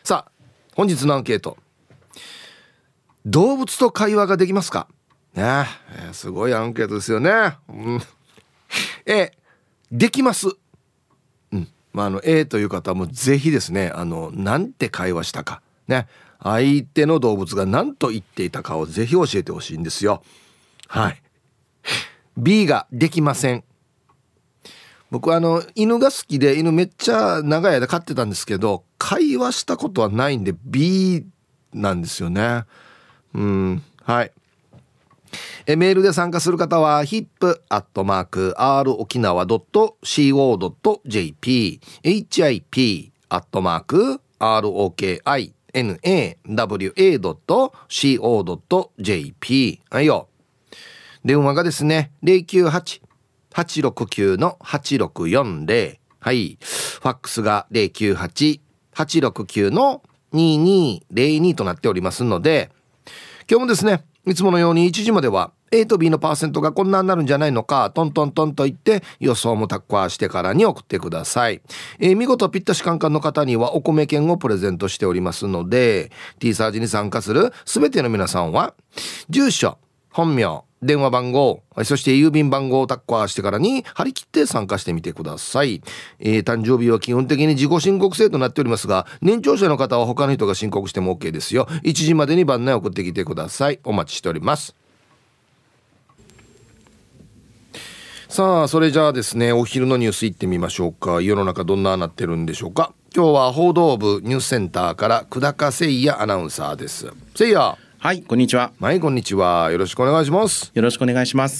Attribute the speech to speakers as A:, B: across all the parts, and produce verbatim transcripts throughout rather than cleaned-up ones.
A: さあ本日のアンケート、動物と会話ができますかね。えー、すごいアンケートですよね、うん、A できます、うん、まあ、あの A という方はもうぜひですね、あのなんて会話したかね、相手の動物が何と言っていたかをぜひ教えてほしいんですよ。はい。 B ができません。僕はあの犬が好きで犬めっちゃ長い間飼ってたんですけど会話したことはないんで ビー なんですよね。うん、はい。えメールで参加する方は ヒップ アットマーク アール 沖縄 ドット シーオー ドット ジェーピー ヒップ アットマーク アール オーケーアイエヌエーダブリューエー ドット シーオー ドット ジェーピー はいよ。電話がですね ゼロきゅうはち はちろくきゅう はちろくよんゼロ、はい。ファックスが ゼロきゅうはち はちろくきゅう にーにーゼロにとなっておりますので、今日もですねいつものようにいちじまでは A と B のパーセントがこんなになるんじゃないのかトントントンと言って予想もタッカーしてからに送ってください。えー、見事ぴったしカンカンの方にはお米券をプレゼントしておりますので T サージに参加するすべての皆さんは住所、本名、電話番号、そして郵便番号をタッカーしてからに張り切って参加してみてください。えー、誕生日は基本的に自己申告制となっておりますが年長者の方は他の人が申告しても OK ですよ。いちじまでに番内送ってきてください。お待ちしております。さあそれじゃあですねお昼のニュース行ってみましょうか。世の中どんななってるんでしょうか。今日は報道部ニュースセンターから久高誠也アナウンサーです。誠也。
B: はい、こんにちは。
A: はい、こんにちは。よろしくお願いします。
B: よろしくお願いします。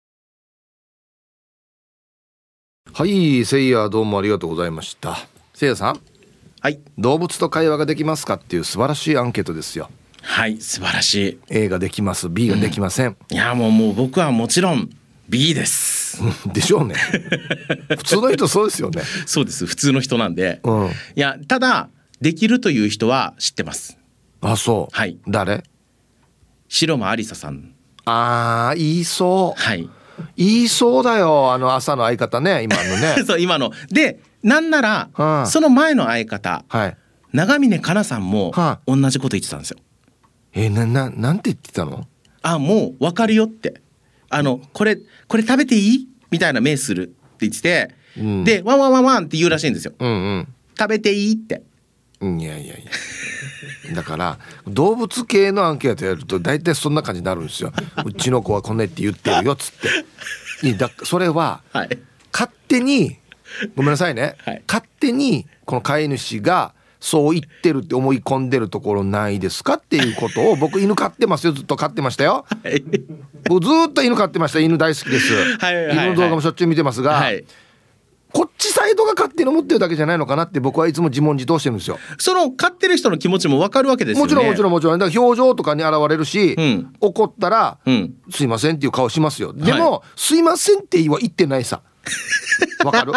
A: はい、誠也どうもありがとうございました。誠也さん、
B: はい、
A: 動物と会話ができますかっていう素晴らしいアンケートですよ。
B: はい、素晴らしい。
A: A ができます、 B ができません、
B: うん、いやもう、もう僕はもちろん ビー です
A: でしょうね普通の人そうですよね
B: そうです、普通の人なんで、
A: うん、
B: いやただできるという人は知ってます。
A: あ、そう、
B: はい、
A: 誰？
B: 白間ありささん。
A: あー、言いそう、
B: はい、
A: 言いそうだよ、あの朝の相方ね、今のね
B: そう今ので、なんなら、
A: はあ、
B: その前の相方、
A: はい、
B: 長峰香奈さんも、
A: はあ、
B: 同じこと言ってたんですよ。
A: えー、な、な、なんて言ってたの？
B: あ、もう分かるよって、あのこれこれ食べていいみたいな目するって言ってて、うん、でワンワンワンワンって言うらしいんですよ、
A: うんうん、
B: 食べていいって。
A: いやいやいやだから動物系のアンケートやると大体そんな感じになるんですようちの子はこんなって言ってるよっつっていいだ、それは、はい、勝手にごめんなさいね、はい、勝手にこの飼い主がそう言ってるって思い込んでるところないですかっていうことを僕犬飼ってますよ、ずっと飼ってましたよ、はい、僕ずっと犬飼ってました。犬大好きです、はいはいはい、犬の動画もしょっちゅう見てますが、はい、こっちサイドが勝手に思ってるだけじゃないのかなって僕はいつも自問自答してるんですよ。そ
B: の飼ってる人の気持ちも分かるわけですよね。
A: もちろんもちろんもちろん、だから表情とかに現れるし、うん、怒ったら、うん、すいませんっていう顔しますよ。でも、はい、すいませんっては言ってないさわかる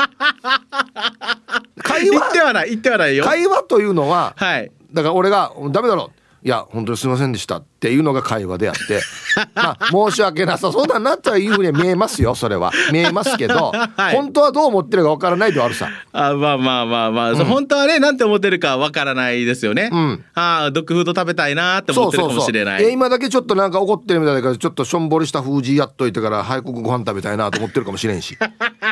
A: 会話言
B: ってはない言ってはないよ。
A: 会話というのは、
B: はい、
A: だから俺がダメだろ、いや本当にすいませんでしたっていうのが会話であってまあ申し訳なさそうだなというふうに見えますよ。それは見えますけど、はい、本当はどう思ってるかわからないではあるさ。
B: あ、まあまあまあまあ、うん、本当はねなんて思ってるかわからないですよね、うん、あ、ドッグフード食べたいなって思ってるかもしれない。
A: そうそうそう、今だけちょっとなんか怒ってるみたいだからちょっとしょんぼりした封じやっといてから早くご飯食べたいなと思ってるかもしれんし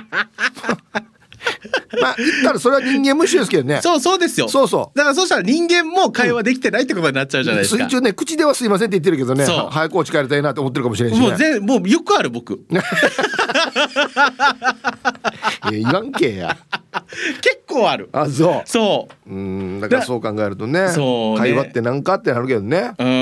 A: まあ言ったらそれは人間無視ですけどね。
B: そうそうですよ。そうそう、だからそうしたら人間も会話できてないってことになっちゃうじゃないですか、
A: うん、一応ね口ではすいませんって言ってるけどね、早くお家帰りたいなと思ってるかもしれんし、ね、
B: もう全もうよくある僕いや
A: 言わんけや
B: 結構ある。
A: あ、そう
B: そう、
A: うん、だからそう考えると ね, そうね会話ってなんかってなるけどね。
B: うん、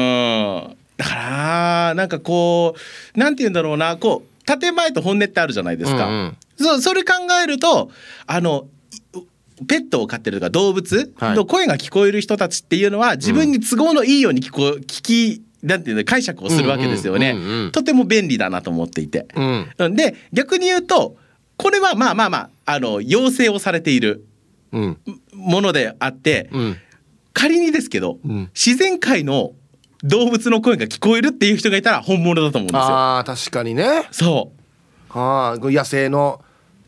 B: だからなんかこうなんて言うんだろうな、こう建前と本音ってあるじゃないですか、うんうん、そ, それ考えるとあのペットを飼ってるとか動物の声が聞こえる人たちっていうのは自分に都合のいいように聞こ聞きなんていうの解釈をするわけですよね、うんうんうんうん、とても便利だなと思っていて、うん、で逆に言うとこれはまあまあまああの要請をされているものであって、うん、仮にですけど、うん、自然界の動物の声が聞こえるっていう人がいたら本物だと思うんですよ。
A: あー確かにね。
B: そう、
A: あ野生の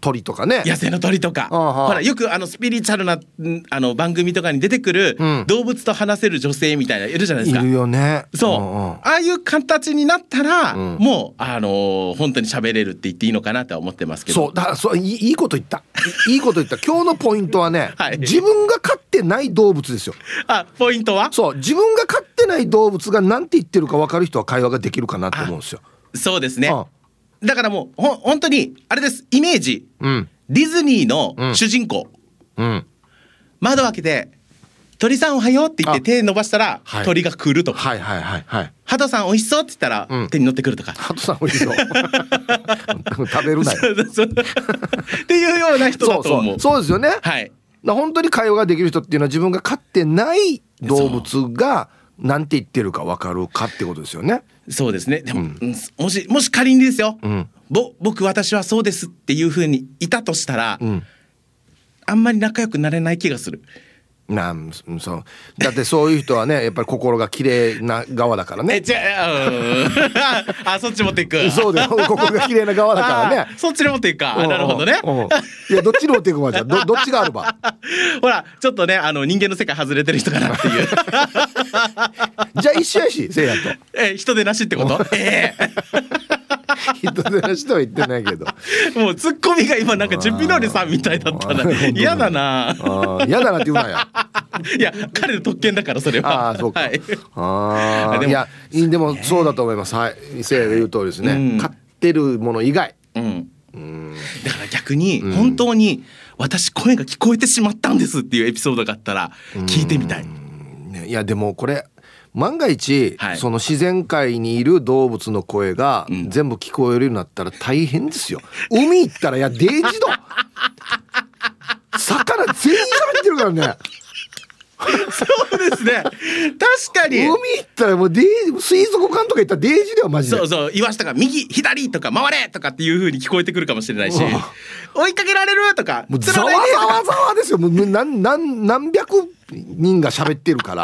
A: 鳥とかね、
B: 野生の鳥とか、
A: ああ
B: ほらよくあのスピリチュアルなあの番組とかに出てくる、うん、動物と話せる女性みたいないるじゃないですか。
A: いるよね。
B: そう、うんうん、ああいう形になったら、うん、もうあのー、本当に喋れるって言っていいのかなとは思ってますけど。
A: そうだからそういい、いいこと言ったいいこと言った今日のポイントはね、はい、自分が飼ってない動物ですよ。
B: あ、ポイントは
A: そう、自分が飼ってない動物が何て言ってるか分かる人は会話ができるかなと思うんですよ。
B: そうですね。ああ、だからもうほ本当にあれです、イメージ、うん、ディズニーの主人公、うんうん、窓開けて鳥さんおはようって言って手伸ばしたら、はい、鳥が来るとか、はいはいはいはい、ハトさんおいしそうって言ったら、うん、手に乗ってくるとか、
A: ハトさんおいしそう食べるなよ
B: そうそうっていうような人だと思う。
A: そうそうそうですよね、
B: はい、
A: 本当に会話ができる人っていうのは自分が飼ってない動物がなんて言ってるか分かるかってことですよね。
B: そうですね。でも、うん、もしもし仮にですよ、うん、ぼ僕私はそうですっていう風にいたとしたら、うん、あんまり仲良くなれない気がする。
A: なんそうだってそういう人はねやっぱり心が綺麗な側だからね。
B: えじゃああそっち持っていく
A: そうだよ心が綺麗な側だからね。
B: そっちに持っていくか。なるほどね。
A: いやどっちに持っていくかじゃどどっちがあるば
B: ほらちょっとねあの人間の世界外れてる人かなっていう
A: じゃあ一緒やしせいやと
B: え人でなしってことええ
A: 人でなしとは言ってないけど
B: もうツッコミが今なんかジュピノリさんみたいだったな。嫌だな
A: 嫌だなって言うなや
B: いや彼の特権だからそれは。
A: あそうか、はい、あでもいやでもそうだと思います。はいせいやが言う通りですね、うん、飼ってるもの以外、うんうん、
B: だから逆に本当に私声が聞こえてしまったんですっていうエピソードがあったら聞いてみたい、
A: うんね、いやでもこれ万が一、はい、その自然界にいる動物の声が全部聞こえるようになったら大変ですよ、うん、海行ったらいやデージド魚全員喋ってるからね
B: そうですね確かに
A: 海行ったらもうデー水族館とか行ったらデージだよマジで。
B: そうそうイワシとか右左とか回れとかっていう風に聞こえてくるかもしれないし、追いかけられるとか
A: もうざわざわざわですよ。もう何何何百人が喋ってるから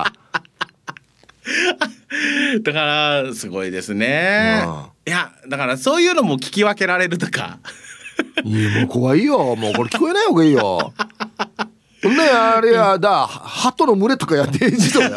B: だからすごいですね、うん、いやだからそういうのも聞き分けられるとか
A: いやもう怖いよもうこれ聞こえない方がいいよねあれやだ鳩の群れとかやってんじゃん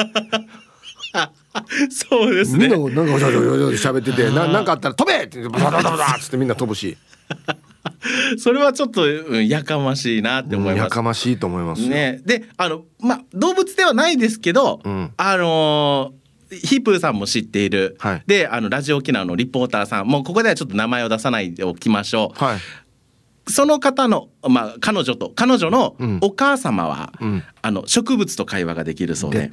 B: そうですね。
A: みんななんかしゃ喋っててななんかあったら飛べってバタバタバタっつってみんな飛ぶし
B: それはちょっと、うん、やかましいなって思います、うん、
A: やかましいと思います
B: ね。であのまあ動物ではないですけど、うん、あのー、ヒプーさんも知っている、はい、であのラジオ沖縄のリポーターさんもうここではちょっと名前を出さないでおきましょう、はい、その方の、まあ、彼女と彼女のお母様は、うん、あの植物と会話ができるそうで
A: 出た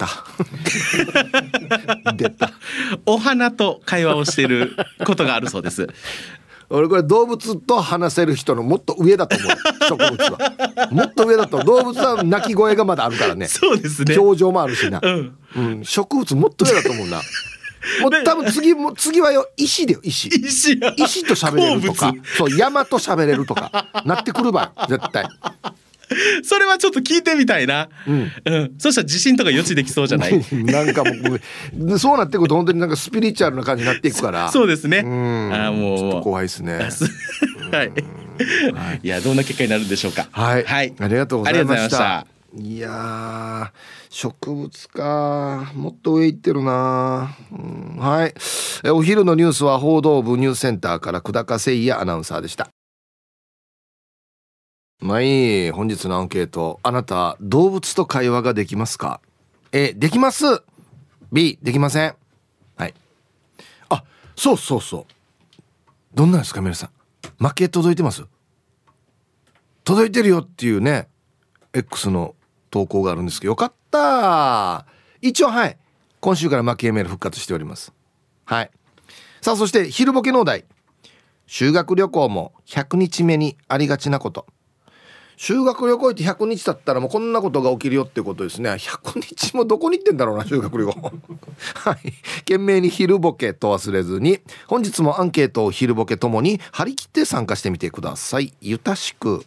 A: 出た
B: お花と会話をしていることがあるそうです。
A: 俺これ動物と話せる人のもっと上だと思う植物はもっと上だと動物は鳴き声がまだあるからね。
B: そうですね
A: 表情もあるしな、うんうん、植物もっと上だと思うなもう多分次も次はよ石だよ石
B: 石
A: 石と喋れるとかそう山と喋れるとかなってくるば絶対
B: それはちょっと聞いてみたいな、うんうん、そしたら地震とか予知できそうじゃない
A: なんかもうそうなってくると本当になんかスピリチュアルな感じになっていくから
B: そうですね。
A: うんあもうちょっと怖いですね
B: はい、はい、いやどんな結果になるんでしょうか。
A: はい、はい、ありがとうございました。
B: い
A: や植物かもっと上行ってるな、うん、はいえお昼のニュースは報道部ニュースセンターから久高誠也アナウンサーでした。まあいい本日のアンケート、あなた動物と会話ができますか？ A できます、 B できません。はい、あそうそうそうどんなんですか皆さん、負け届いてます？届いてるよっていうね X の投稿があるんですけどよかった一応はい今週から負けメール復活しております。はいさあそして昼ボケのお題、修学旅行もひゃくにちめにありがちなこと。修学旅行ってひゃくにちだったらもうこんなことが起きるよってことですね。ひゃくにちもどこに行ってんだろうな修学旅行はい懸命に昼ボケと忘れずに本日もアンケートを昼ボケともに張り切って参加してみてください。ゆたしく。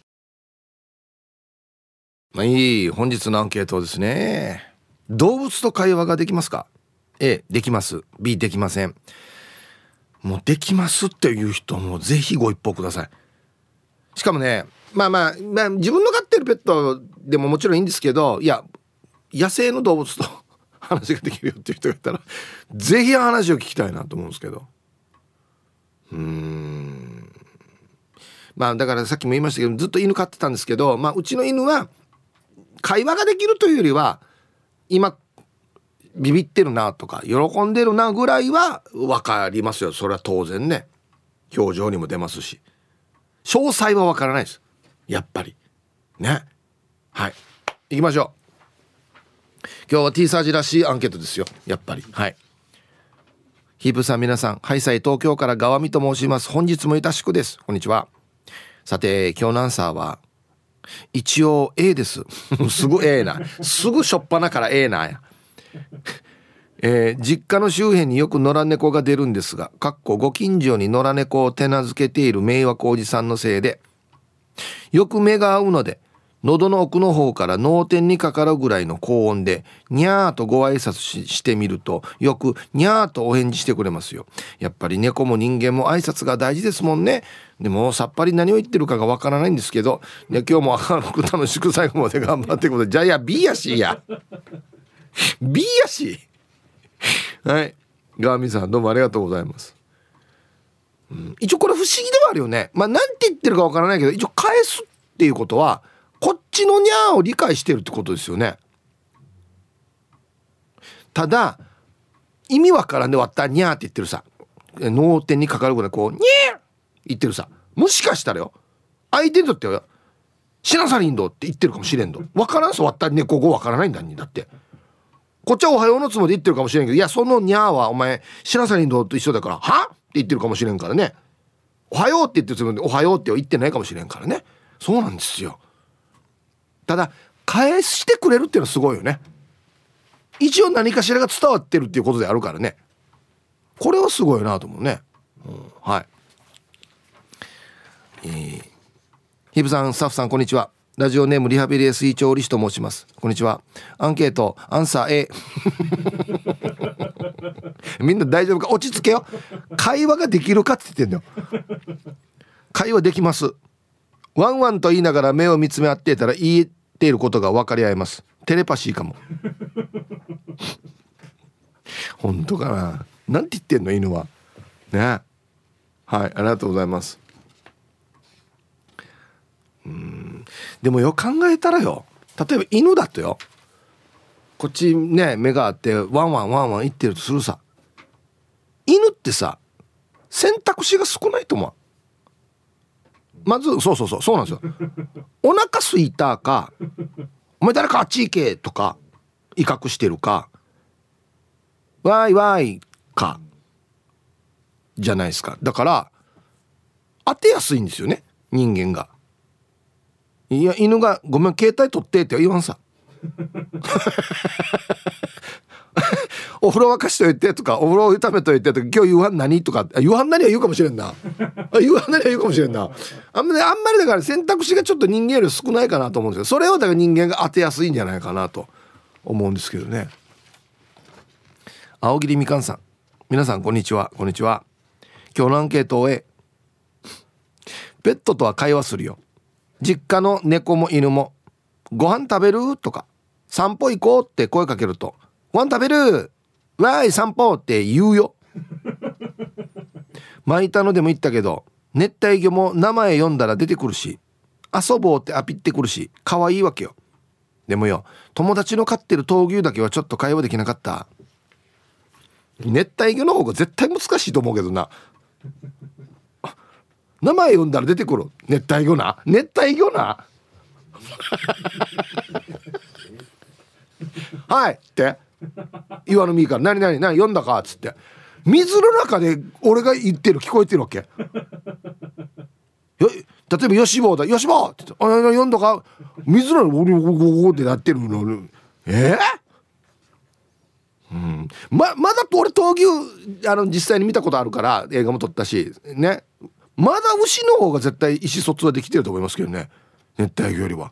A: まあいい本日のアンケートですね。動物と会話ができますか？ A できます、 B できません。もうできますっていう人もぜひご一報ください。 しかもね、まあまあ、まあ、自分の飼ってるペットでももちろんいいんですけど、いや野生の動物と話ができるよっていう人がいたらぜひ話を聞きたいなと思うんですけど、うーんまあだからさっきも言いましたけどずっと犬飼ってたんですけど、まあうちの犬は会話ができるというよりは今ビビってるなとか喜んでるなぐらいは分かりますよ。それは当然ね、表情にも出ますし、詳細は分からないですやっぱりね。はい行きましょう。今日は T サージらしいアンケートですよやっぱり。はい、ヒープさん皆さん、ハイサイ東京から川見と申します。本日もいたしくです。こんにちは。さて今日のアンサーは一応 A ですすぐ A な、すぐしょっぱなから A なやえー、実家の周辺によく野良猫が出るんですが、かっこご近所に野良猫を手なずけている迷惑おじさんのせいでよく目が合うので、喉の奥の方から脳天にかかるぐらいの高音でニャーとご挨拶 し, してみるとよくニャーとお返事してくれますよ。やっぱり猫も人間も挨拶が大事ですもんね。でもさっぱり何を言ってるかがわからないんですけど、で今日も明るく楽しく最後まで頑張ってください。じゃあいや B やしやB やしはいガーミさんどうもありがとうございます。うん、一応これ不思議ではあるよね。まあなんて言ってるかわからないけど一応返すっていうことはこっちのニャーを理解してるってことですよね。ただ意味わからんで割ったニャーって言ってるさ、脳天にかかるぐらいこうニャー言ってるさ、もしかしたらよ相手にとってはシナサリンドって言ってるかもしれんど。わからんす割った猫語わからないんだに。だってこっちはおはようのつもりで言ってるかもしれんけど、いやそのニャーはお前シナサリンドと一緒だからはって言ってるかもしれんからね。おはようって言ってるつもりでおはようって言ってないかもしれんからね。そうなんですよ。ただ返してくれるっていうのはすごいよね。一応何かしらが伝わってるっていうことであるからね。これはすごいなと思うね、うん、はい、えー、ヒブさんスタッフさんこんにちは。ラジオネームリハビリエスイ調理師と申します。こんにちは。アンケートアンサー A みんな大丈夫か、落ち着けよ。会話ができるかって言ってんだよ。会話できます。ワンワンと言いながら目を見つめ合っていたら言っていることが分かり合えます。テレパシーかも本当かな。なんて言ってんの犬はね。はいありがとうございます。うーんでもよ考えたらよ、例えば犬だとよこっちね目があってワンワンワンワン言ってるとするさ。犬ってさ選択肢が少ないと思う。まずそうそうそうそうなんですよお腹すいたかお前誰かあっち行けとか威嚇してるかわーいわーいかじゃないですか。だから当てやすいんですよね人間が。いや犬がごめん携帯取ってって言わんさお風呂沸かしといてとかお風呂を炒めといてとか今日夕飯何とか夕飯何は言うかもしれんな夕飯何は言うかもしれんな。あんまりあんまりだから選択肢がちょっと人間より少ないかなと思うんですけど、それをだから人間が当てやすいんじゃないかなと思うんですけどね。青桐みかんさん皆さんこんにちは。こんにちは。今日のアンケートを終えペットとは会話するよ。実家の猫も犬もご飯食べるとか散歩行こうって声かけるとご飯食べるわーい散歩って言うよ巻いたのでも言ったけど熱帯魚も名前読んだら出てくるし遊ぼうってアピってくるし可愛いわけよ。でもよ友達の飼ってる闘牛だけはちょっと会話できなかった。熱帯魚の方が絶対難しいと思うけどな名前読んだら出てくる熱帯魚な熱帯魚なはいって岩の実から何何何読んだかっつって水の中で俺が言ってる聞こえてるわけよ。例えばヨシボウだヨシボウって言ってあ読んだか水の中で俺ゴゴゴってなってるのえーうん、ま, まだ俺闘牛あの実際に見たことあるから映画も撮ったしね。まだ牛の方が絶対意思疎通はできてると思いますけどね熱帯魚よりは。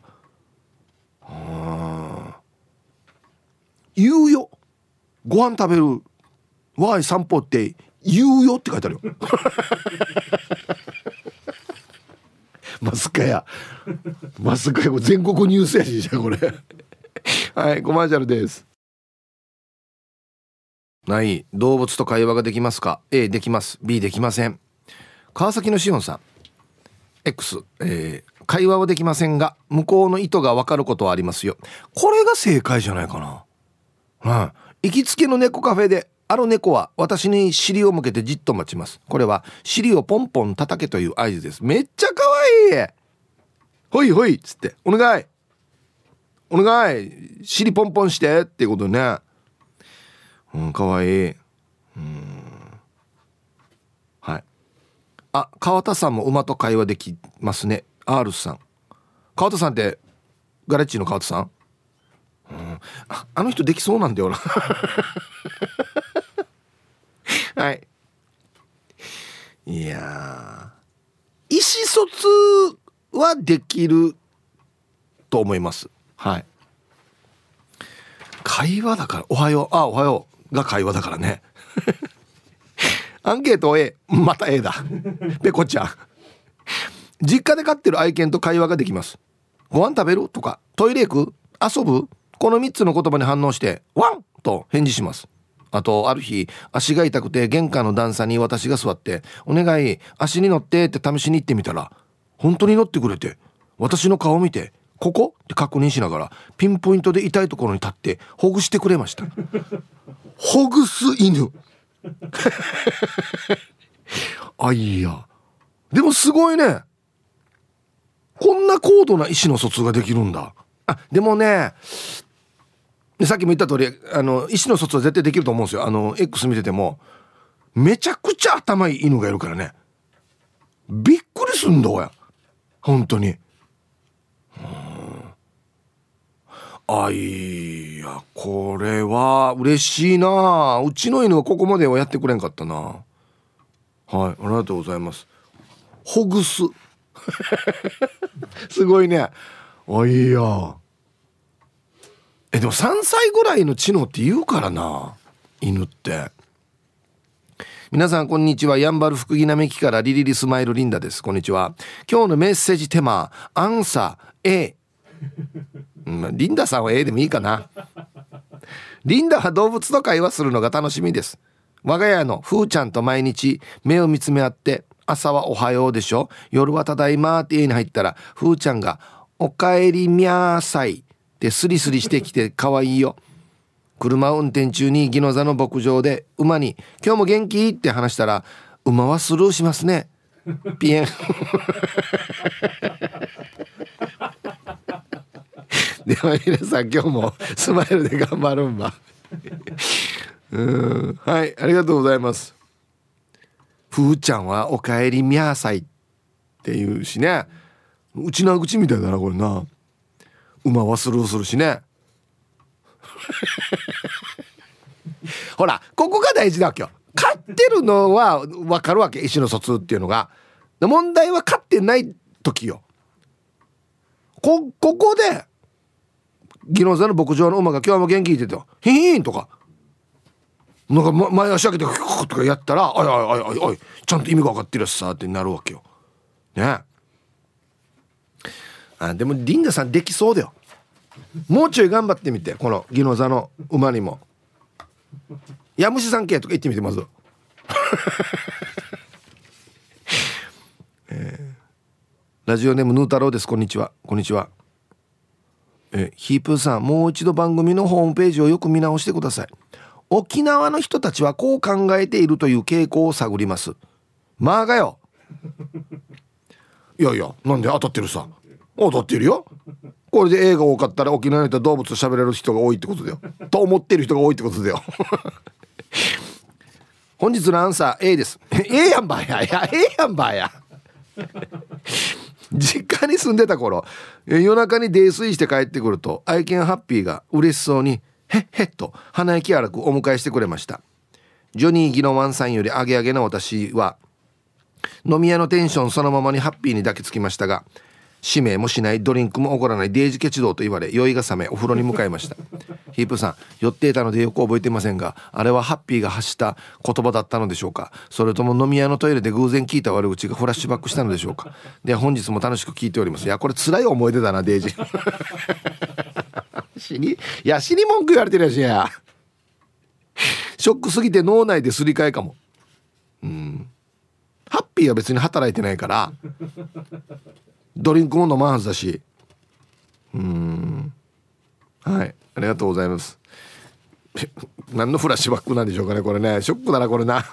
A: あ言うよご飯食べるわーい散歩って言うよって書いてあるよマスカやマスカや、これ全国ニュースやしじゃんこれはいコマーシャルです。ない。動物と会話ができますか？ A できます、 B できません。川崎のしおんさん X、えー、会話はできませんが向こうの意図が分かることはありますよ。これが正解じゃないかな。はい、行きつけの猫カフェであの猫は私に尻を向けてじっと待ちます。これは尻をポンポン叩けという合図です。めっちゃ可愛い。ほいほいっつってお願いお願い尻ポンポンしてっていうことね。うん、可愛い。うん、はい。あ、川田さんも馬と会話できますね。 R さん。川田さんってガレッジの川田さん、うん、あ, あの人できそうなんだよなはい。いやー、意思疎通はできると思います。はい。会話だから、おはよう、あ、おはようが会話だからねアンケート A、 また A だペコちゃん。実家で飼ってる愛犬と会話ができます。ご飯食べるとかトイレ行く遊ぶ、このみっつの言葉に反応してワンと返事します。あとある日足が痛くて玄関の段差に私が座ってお願い足に乗ってって試しに行ってみたら本当に乗ってくれて、私の顔を見てここって確認しながらピンポイントで痛いところに立ってほぐしてくれましたほぐす犬あ、いやでもすごいね、こんな高度な意思の疎通ができるんだ。あ、でもね、さっきも言った通り、あの意思の疎通は絶対できると思うんですよ。あの X 見ててもめちゃくちゃ頭いい犬がいるからね、びっくりすんだおや本当に。あ、いやこれは嬉しいな。うちの犬はここまではやってくれんかったな。はい、ありがとうございます。ほぐすすごいね。あ、いいや。え、でもさんさいぐらいの知能って言うからな、犬って。皆さんこんにちは。やんばる福木並木からリリリスマイルリンダです。こんにちは。今日のメッセージテーマアンサー A、うん、リンダさんは A でもいいかな。リンダは動物と会話するのが楽しみです。我が家のふーちゃんと毎日目を見つめ合って、朝はおはようでしょ、夜はただいまって家に入ったらふーちゃんがおかえりみゃーさいってスリスリしてきて可愛いよ。車運転中に宜野座の牧場で馬に今日も元気って話したら馬はスルーしますね。ピエンでは皆さん今日もスマイルで頑張るんばうーん、はい、ありがとうございます。ふーちゃんはおかえりみゃーさいって言うしね、うちな口みたいだなこれな。馬はスルーするしねほらここが大事だわけよ。飼ってるのは分かるわけ、意思の疎通っていうのが。問題は飼ってない時よ。こ, ここで宜野座の牧場の馬が今日も元気って言ってヒヒーンとかなんか前足上げてフッとかやったらおいおいおいおいおいちゃんと意味が分かってるやつさってなるわけよね。あ、でもリンダさんできそうだよ。もうちょい頑張ってみて、この宜野座の馬にもヤムシさん系とか言ってみてまず、えー、ラジオネームヌー太郎です。こんにちは。こんにちは。えヒープーさん、もう一度番組のホームページをよく見直してください。沖縄の人たちはこう考えているという傾向を探ります。まあがよいやいや、なんで当たってるさ、当たってるよ。これで A が多かったら沖縄の人は動物と喋れる人が多いってことだよと思ってる人が多いってことだよ本日のアンサー A です。A やんばや、いや A やんばや実家に住んでた頃、夜中に泥酔して帰ってくると愛犬ハッピーが嬉しそうにへっへっと鼻息荒くお迎えしてくれました。ジョニー・ギノワンさんよりアゲアゲな私は飲み屋のテンションそのままにハッピーに抱きつきましたが、 指名もしない、ドリンクもおごらないデイジケチ道と言われ、酔いが覚めお風呂に向かいました。ヒープさん、酔っていたのでよく覚えていませんが、あれはハッピーが発した言葉だったのでしょうか、それとも飲み屋のトイレで偶然聞いた悪口がフラッシュバックしたのでしょうか。では本日も楽しく聞いております。いやこれ辛い思い出だなデイジ死にいや死に文句言われてるやしやショックすぎて脳内ですり替えかも。うん、ハッピーは別に働いてないからドリンクも飲まんはずだし、うーん、はい、ありがとうございます。何のフラッシュバックなんでしょうかねこれね。ショックだなこれな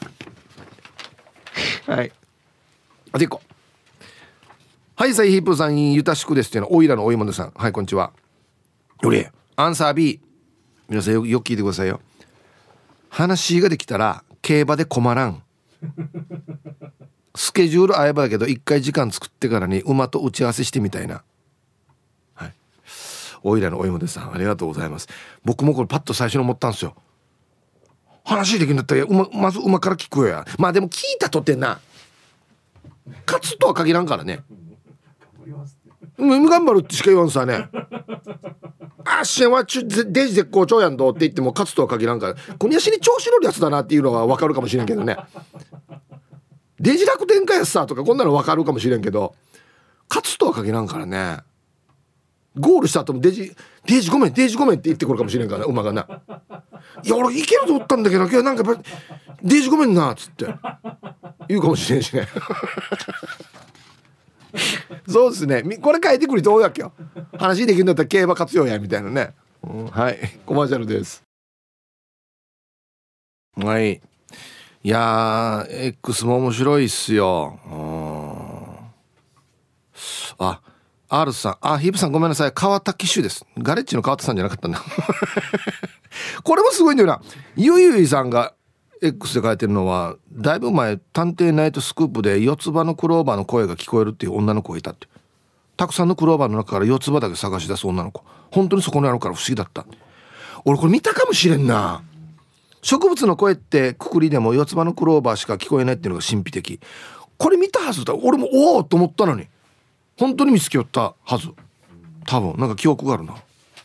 A: はい、あといっこ。はいサイヒープさんゆたしくですっていうのはオイラのおいものさん、はい、こんにちは。よりアンサー B、 皆さんよくよく聞いてくださいよ。話ができたら競馬で困らん。スケジュール合えばだけど一回時間作ってからに馬と打ち合わせしてみたいな。はい、おいらのおいもでさんありがとうございます。僕もこれパッと最初に思ったんですよ。話できるんだったら馬まず馬から聞くよや。まあでも聞いたとってな勝つとは限らんからね。頑張るってしか言わんさね。あっしんはデジ絶好調やんどって言っても勝つとは限らんから、こにゃしに調子乗るやつだなっていうのは分かるかもしれんけどね。デジ楽天かやさとかこんなの分かるかもしれんけど、勝つとは限らんからね。ゴールした後もデジデジごめんデジごめんって言ってくるかもしれんから、ね、馬がな。いや俺いけると思ったんだけど今日なんかやっぱりデジごめんなっつって言うかもしれんしねそうですね、これ書いてくると多いわけよ。話できるんだったら競馬活用やみたいなね、うん、はい、コマーシャルです。はい、いやー X も面白いっすよ。あ R さん、あヒープさんごめんなさい、川田騎手です。ガレッジの川田さんじゃなかったんだこれもすごいんだよな。ゆいゆいさんが X で書いてるのは、だいぶ前探偵ナイトスクープで四つ葉のクローバーの声が聞こえるっていう女の子がいたって。たくさんのクローバーの中から四つ葉だけ探し出す女の子、本当にそこにあるから不思議だった。俺これ見たかもしれんな。植物の声ってくくりでも四つ葉のクローバーしか聞こえないっていうのが神秘的。これ見たはずだ。俺もおおと思ったのに本当に見つけよったはず。多分なんか記憶があるな。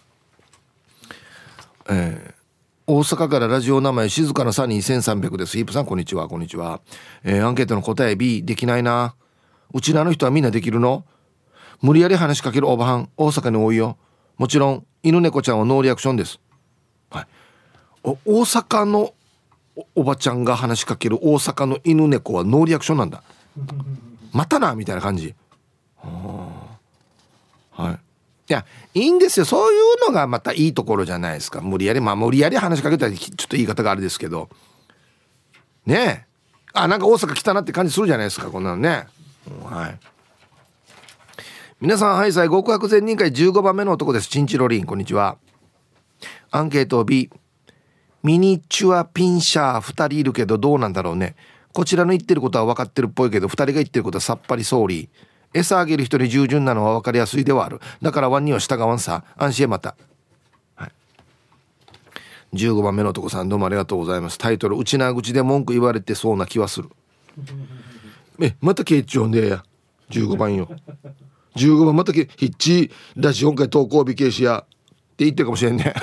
A: えー大阪からラジオ名前静かなサニーせんさんびゃくです。ヒープさんこんにちは。こんにちは。えー、アンケートの答え B できないな。うちのあの人はみんなできるの？無理やり話しかけるおばはん大阪に多いよ。もちろん犬猫ちゃんはノーリアクションです。はい、お大阪の お, おばちゃんが話しかける大阪の犬猫はノーリアクションなんだ。またなみたいな感じ。はあ、はい。いやいいんですよ、そういうのがまたいいところじゃないですか。無理やりまあ無理やり話しかけたらちょっと言い方があれですけどねえ、あなんか大阪来たなって感じするじゃないですかこんなのね、うん、はい。皆さんはいさい極悪善人会じゅうごばんめの男です。チンチロリンこんにちは。アンケート B、 ミニチュアピンシャーふたりいるけどどうなんだろうね。こちらの言ってることは分かってるっぽいけどふたりが言ってることはさっぱりソーリー。餌あげる人に従順なのは分かりやすいではある。だからワンには従わんさ。安心へまた、はい、じゅうごばんめの男さんどうもありがとうございます。タイトル内縄口で文句言われてそうな気はするえまたケイチョンでやじゅうごばんよじゅうごばんまたけヒッチラジオ今回投稿日ケーシやって言ってるかもしれんね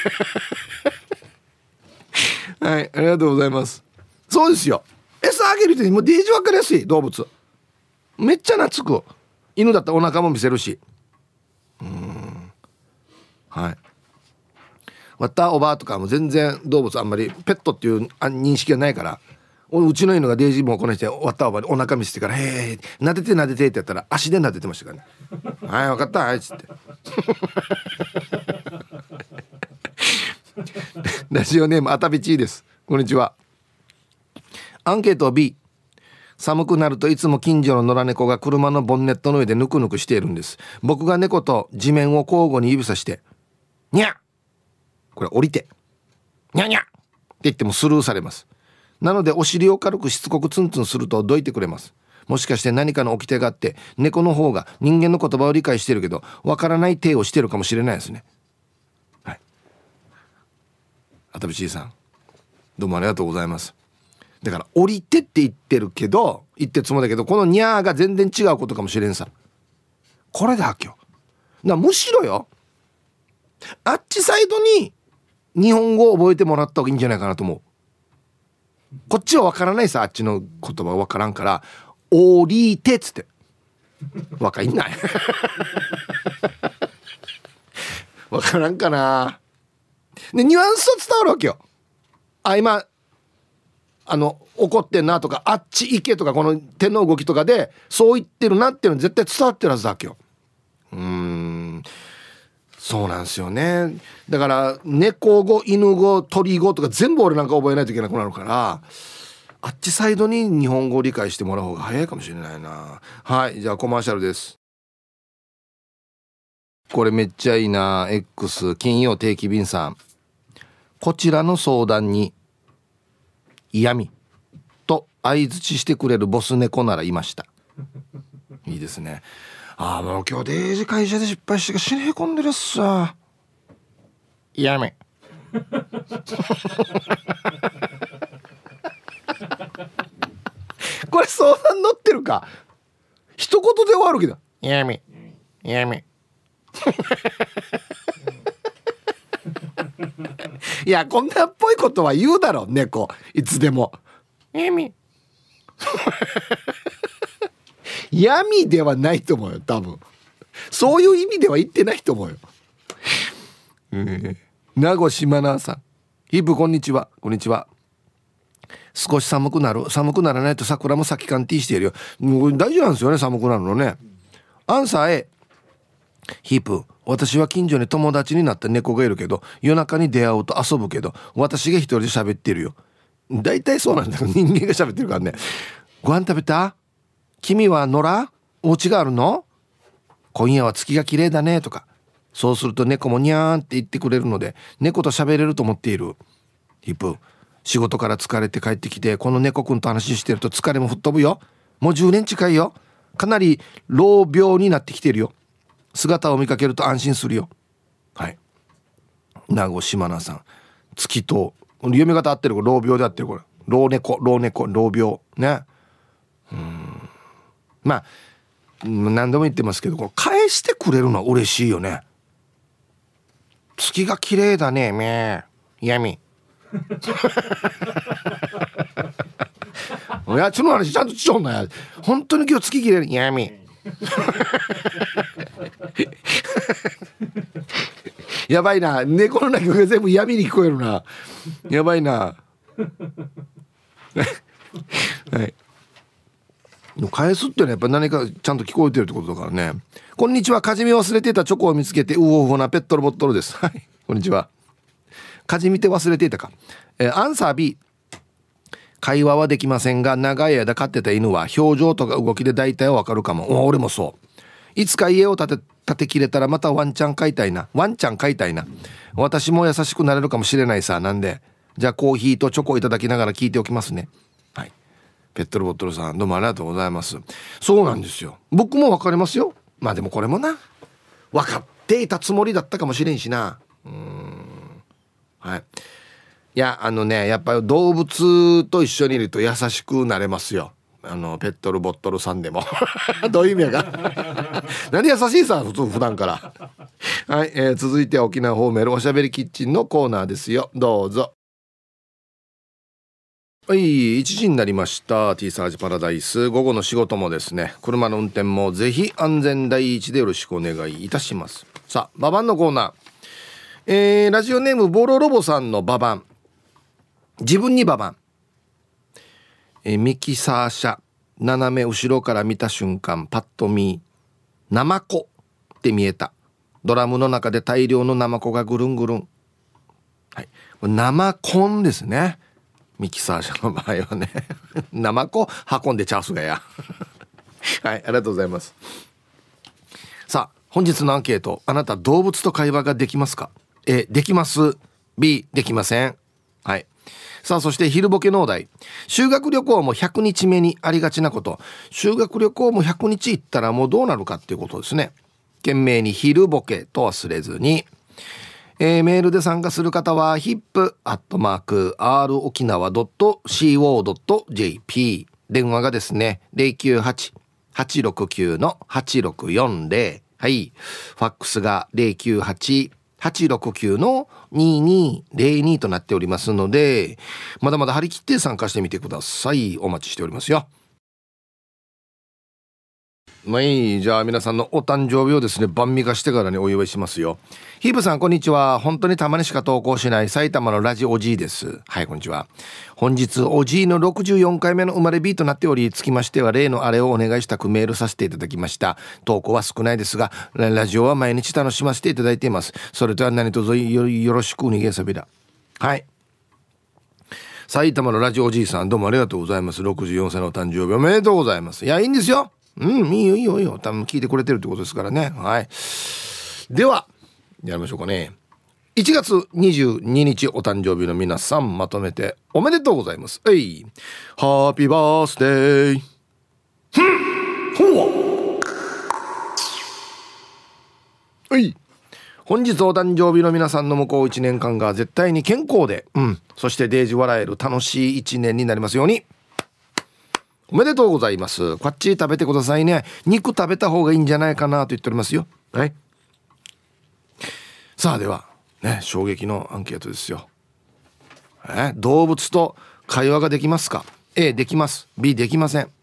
A: はいありがとうございます。そうですよ、餌あげる人にもうデージ分かりやすい動物めっちゃ懐く。犬だったらお腹も見せるし、うーん、はい。わったおばあとかも全然動物あんまりペットっていう認識がないから、うちの犬がデイジーもこの人わったおばにお腹見せてから「へえ撫でて撫でて」ってやったら足で撫でてましたからねはい分かったはいっつってラジオネームあたびちーです。こんにちは。アンケート B、寒くなるといつも近所の野良猫が車のボンネットの上でぬくぬくしているんです。僕が猫と地面を交互に指さしてにゃこれ降りてにゃにゃって言ってもスルーされます。なのでお尻を軽くしつこくツンツンするとどいてくれます。もしかして何かの掟があって猫の方が人間の言葉を理解してるけどわからない体をしてるかもしれないですね。はい、あたびちいさんどうもありがとうございます。だから降りてって言ってるけど言ってるつもりだけどこのニャーが全然違うことかもしれんさ。 これだっけよ。なむしろよ、あっちサイドに日本語を覚えてもらった方がいいんじゃないかなと思う。こっちは分からないさ、あっちの言葉分からんから降りてっつって分かんない分からんかな。でニュアンスは伝わるわけよ。あ今あの怒ってんなとか、あっち行けとか、この手の動きとかでそう言ってるなっていうの絶対伝わってるはずだっけよ。うーんそうなんですよね。だから猫語、犬語、鳥語とか全部俺なんか覚えないといけなくなるから、あっちサイドに日本語を理解してもらう方が早いかもしれないな。はい、じゃあコマーシャルです。これめっちゃいいな。 X 金曜定期便さん、こちらの相談に嫌味と相槌してくれるボス猫ならいました。いいですね。ああもう今日デイジ会社で失敗してか死にへこんでるっすさ。嫌味これ相談乗ってるか、一言で終わるけど嫌味嫌味いやこんなっぽいことは言うだろ猫、いつでも嫌味闇ではないと思うよ多分。そういう意味では言ってないと思うよ。えー、名護島奈さん、ヒップこんにちは。こんにちは。少し寒くなる、寒くならないと桜も咲き感 T しているよ。もう大事なんですよね、寒くなるのね。アンサー A、 ヒープ、私は近所に友達になった猫がいるけど夜中に出会うと遊ぶけど私が一人で喋ってるよ。大体そうなんだよ、人間が喋ってるからね。ご飯食べた？君は野良？お家があるの？今夜は月が綺麗だねとか、そうすると猫もニャーンって言ってくれるので猫と喋れると思っている。ヒップ、仕事から疲れて帰ってきてこの猫くんと話してると疲れも吹っ飛ぶよ。もうじゅうねん近いよ。かなり老病になってきてるよ。姿を見かけると安心するよ。はい、名護島奈さん、月と読み方合ってる、老病で合ってる、これ老猫老猫老病ね。うーんまあ何度も言ってますけど、これ返してくれるのは嬉しいよね。月が綺麗だねめー闇おやつの話ちゃんとしちゃうんだよ。本当に今日月綺麗闇やばいな、猫の鳴き声が全部闇に聞こえるな。やばいなはい返すってのはやっぱり何かちゃんと聞こえてるってことだからね。こんにちは、かじみ忘れていたチョコを見つけてウホウホなペットロボットルです。はいこんにちは。かじみて忘れていたか、えー、アンサー B、 会話はできませんが長い間飼ってた犬は表情とか動きで大体わかるかも。俺もそう。いつか家を建て建て切れたらまたワンちゃん飼いたいな。ワンちゃん飼いたいな。私も優しくなれるかもしれないさ。なんでじゃあコーヒーとチョコいただきながら聞いておきますね。はい、ペットロボットルさんどうもありがとうございます。そうなんですよ、僕も分かりますよ。まあでもこれもな分かっていたつもりだったかもしれんしな。うーんはい、いやあのねやっぱり動物と一緒にいると優しくなれますよ。あのペットルボットルさんでもどういう意味やかなんで優しいさ普段からはい、えー、続いては沖縄方面おしゃべりキッチンのコーナーですよ。どうぞ。はい、いちじになりました。 T サージパラダイス、午後の仕事もですね、車の運転もぜひ安全第一でよろしくお願いいたします。さあババンのコーナー、えー、ラジオネームボロロボさんのババン、自分にババン、えー、ミキサー車斜め後ろから見た瞬間パッと見ナマコって見えた。ドラムの中で大量のナマコがぐるんぐるん。はい、ナマコンですね。ミキサー車の場合はねナマコ運んでチャースがやはい、ありがとうございます。さあ本日のアンケート、あなた動物と会話ができますか？ A できます、 B できません。はい、さあそして昼ボケのお題、修学旅行もひゃくにちめにありがちなこと、修学旅行もひゃくにち行ったらもうどうなるかっていうことですね。懸命に昼ボケと忘れずに、えー、メールで参加する方は ヒップ アットマーク アール 沖縄 ドット シーオー ドット ジェーピー、 電話がですね ゼロきゅうはち はちろくきゅう はちろくよんゼロはい。ファックスが ゼロきゅうはち はちろくきゅう のににゼロにとなっておりますので、まだまだ張り切って参加してみてください。お待ちしておりますよ。はい、じゃあ皆さんのお誕生日をですね、晩御飯してからにお祝いしますよ。ヒープさんこんにちは。本当にたまにしか投稿しない埼玉のラジオじいです。はい、こんにちは。本日おじいのろくじゅうよんかいめの生まれ日となっており、つきましては例のあれをお願いしたくメールさせていただきました。投稿は少ないですが、ラジオは毎日楽しませていただいています。それでは何卒よよろしくお願いさびだ。はい、埼玉のラジオおじいさん、どうもありがとうございます。ろくじゅうよんさいのお誕生日おめでとうございます。いや、いいんですよ。うん、いいよいいよいいよ。多分聞いてくれてるってことですからね。はい。では、やりましょうかね。いちがつにじゅうににちお誕生日の皆さん、まとめておめでとうございます。えい。ハッピーバースデー。ふんほう。えい。本日お誕生日の皆さんの向こういちねんかんが絶対に健康で、うん、そしてデージ笑える楽しいいちねんになりますように。おめでとうございます。こっち食べてくださいね。肉食べた方がいいんじゃないかなと言っておりますよ。はい。さあではね、衝撃のアンケートですよ。え動物と会話ができますか？ A できます。 B できません。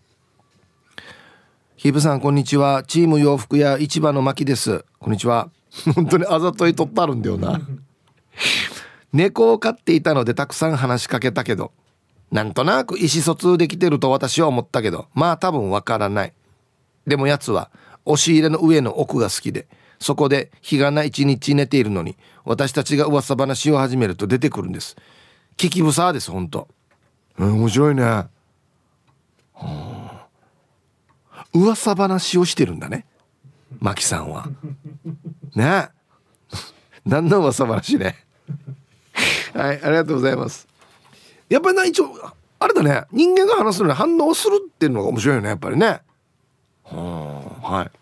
A: ヒープさんこんにちは。チーム洋服屋市場の牧です。こんにちは。本当にあざといとってあるんだよな。猫を飼っていたのでたくさん話しかけたけど、なんとなく意思疎通できてると私は思ったけど、まあ多分わからない。でもやつは押し入れの上の奥が好きで、そこで日がな一日寝ているのに、私たちが噂話を始めると出てくるんです。聞きぶさです本当。うん、面白いね。はあ、噂話をしてるんだね、マキさんは。ねえ。何の噂話ね。はい、ありがとうございます。やっぱりな、一応あれだね、人間が話すのに反応するっていうのが面白いよね、やっぱりね。はあ、はい。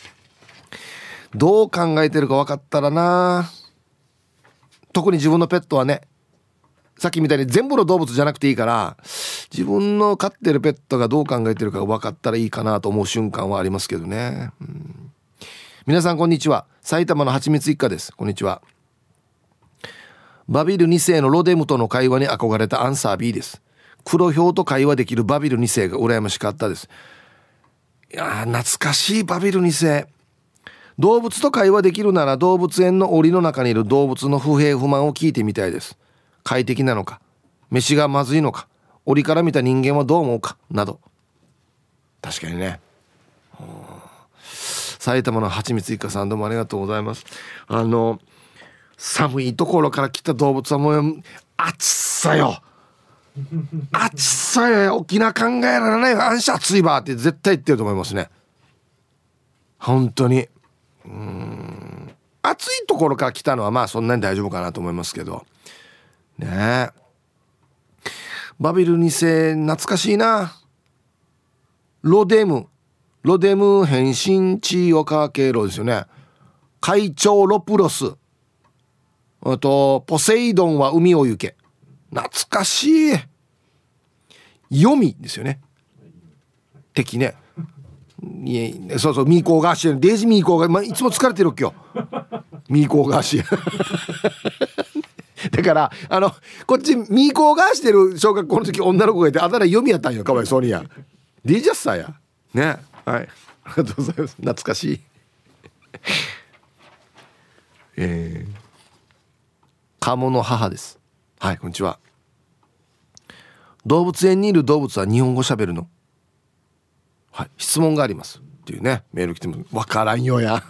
A: どう考えてるか分かったらな。特に自分のペットはね、さっきみたいに全部の動物じゃなくていいから、自分の飼ってるペットがどう考えてるか分かったらいいかなと思う瞬間はありますけどね。うん、皆さんこんにちは。埼玉のはちみつ一家です。こんにちは。バビルにせいのロデムとの会話に憧れたアンサー B です。黒ヒョウと会話できるバビルにせいが羨ましかったです。いやー、懐かしいバビルにせい。動物と会話できるなら動物園の檻の中にいる動物の不平不満を聞いてみたいです。快適なのか、飯がまずいのか、檻から見た人間はどう思うかなど。確かにね。埼玉のはちみつ一家さん、どうもありがとうございます。あの寒いところから来た動物はもう暑さよ暑さよ、沖縄考えられないよ、あんしゃ暑いばって絶対言ってると思いますね。本当に。うーん、暑いところから来たのはまあそんなに大丈夫かなと思いますけどね。えバビルにせい懐かしいな。ロデムロデム変身チオカーケロですよね。会長ロプロス、あとポセイドンは海を行け、懐かしい。読みですよね、敵ね。いや、そうそう、ミーコーガーシー、デイジーミーコーが、まあ、いつも疲れてるっけよ。ミーコーガーシー。だからあのこっちミーコーガーしてる小学校の時女の子がいて、あだ名読みやったんよ、かわいそうにや。ディージャスさやね。はい、ありがとうございます。懐かしい。えー、カモの母です。はい、こんにちは。動物園にいる動物は日本語喋るの？はい、質問がありますっていうね、メール来てもわからんよや。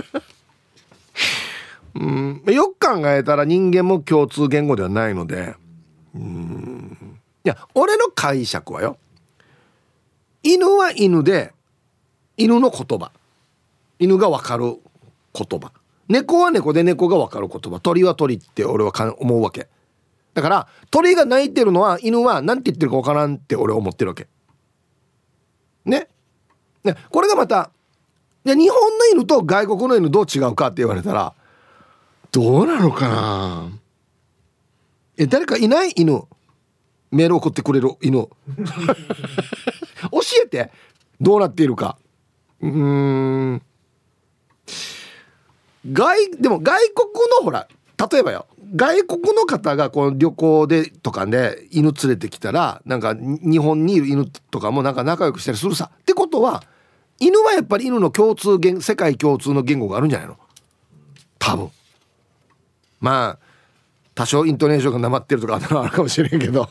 A: うん、よく考えたら人間も共通言語ではないので、うーん、いや俺の解釈はよ、犬は犬で犬の言葉、犬がわかる言葉、猫は猫で猫がわかる言葉、鳥は鳥って俺はか思うわけだから、鳥が鳴いてるのは犬は何て言ってるかわからんって俺は思ってるわけね。ね、これがまた、いや日本の犬と外国の犬どう違うかって言われたらどうなのかな。え、誰かいない犬、メール送ってくれる犬。教えてどうなっているか。うーん、 外でも外国のほら例えばよ、外国の方がこう旅行でとかで犬連れてきたらなんか日本にいる犬とかもなんか仲良くしたりするさってことは、犬はやっぱり犬の共通言世界共通の言語があるんじゃないの多分。まあ多少イントネーションがなまってるとかあるかもしれんけど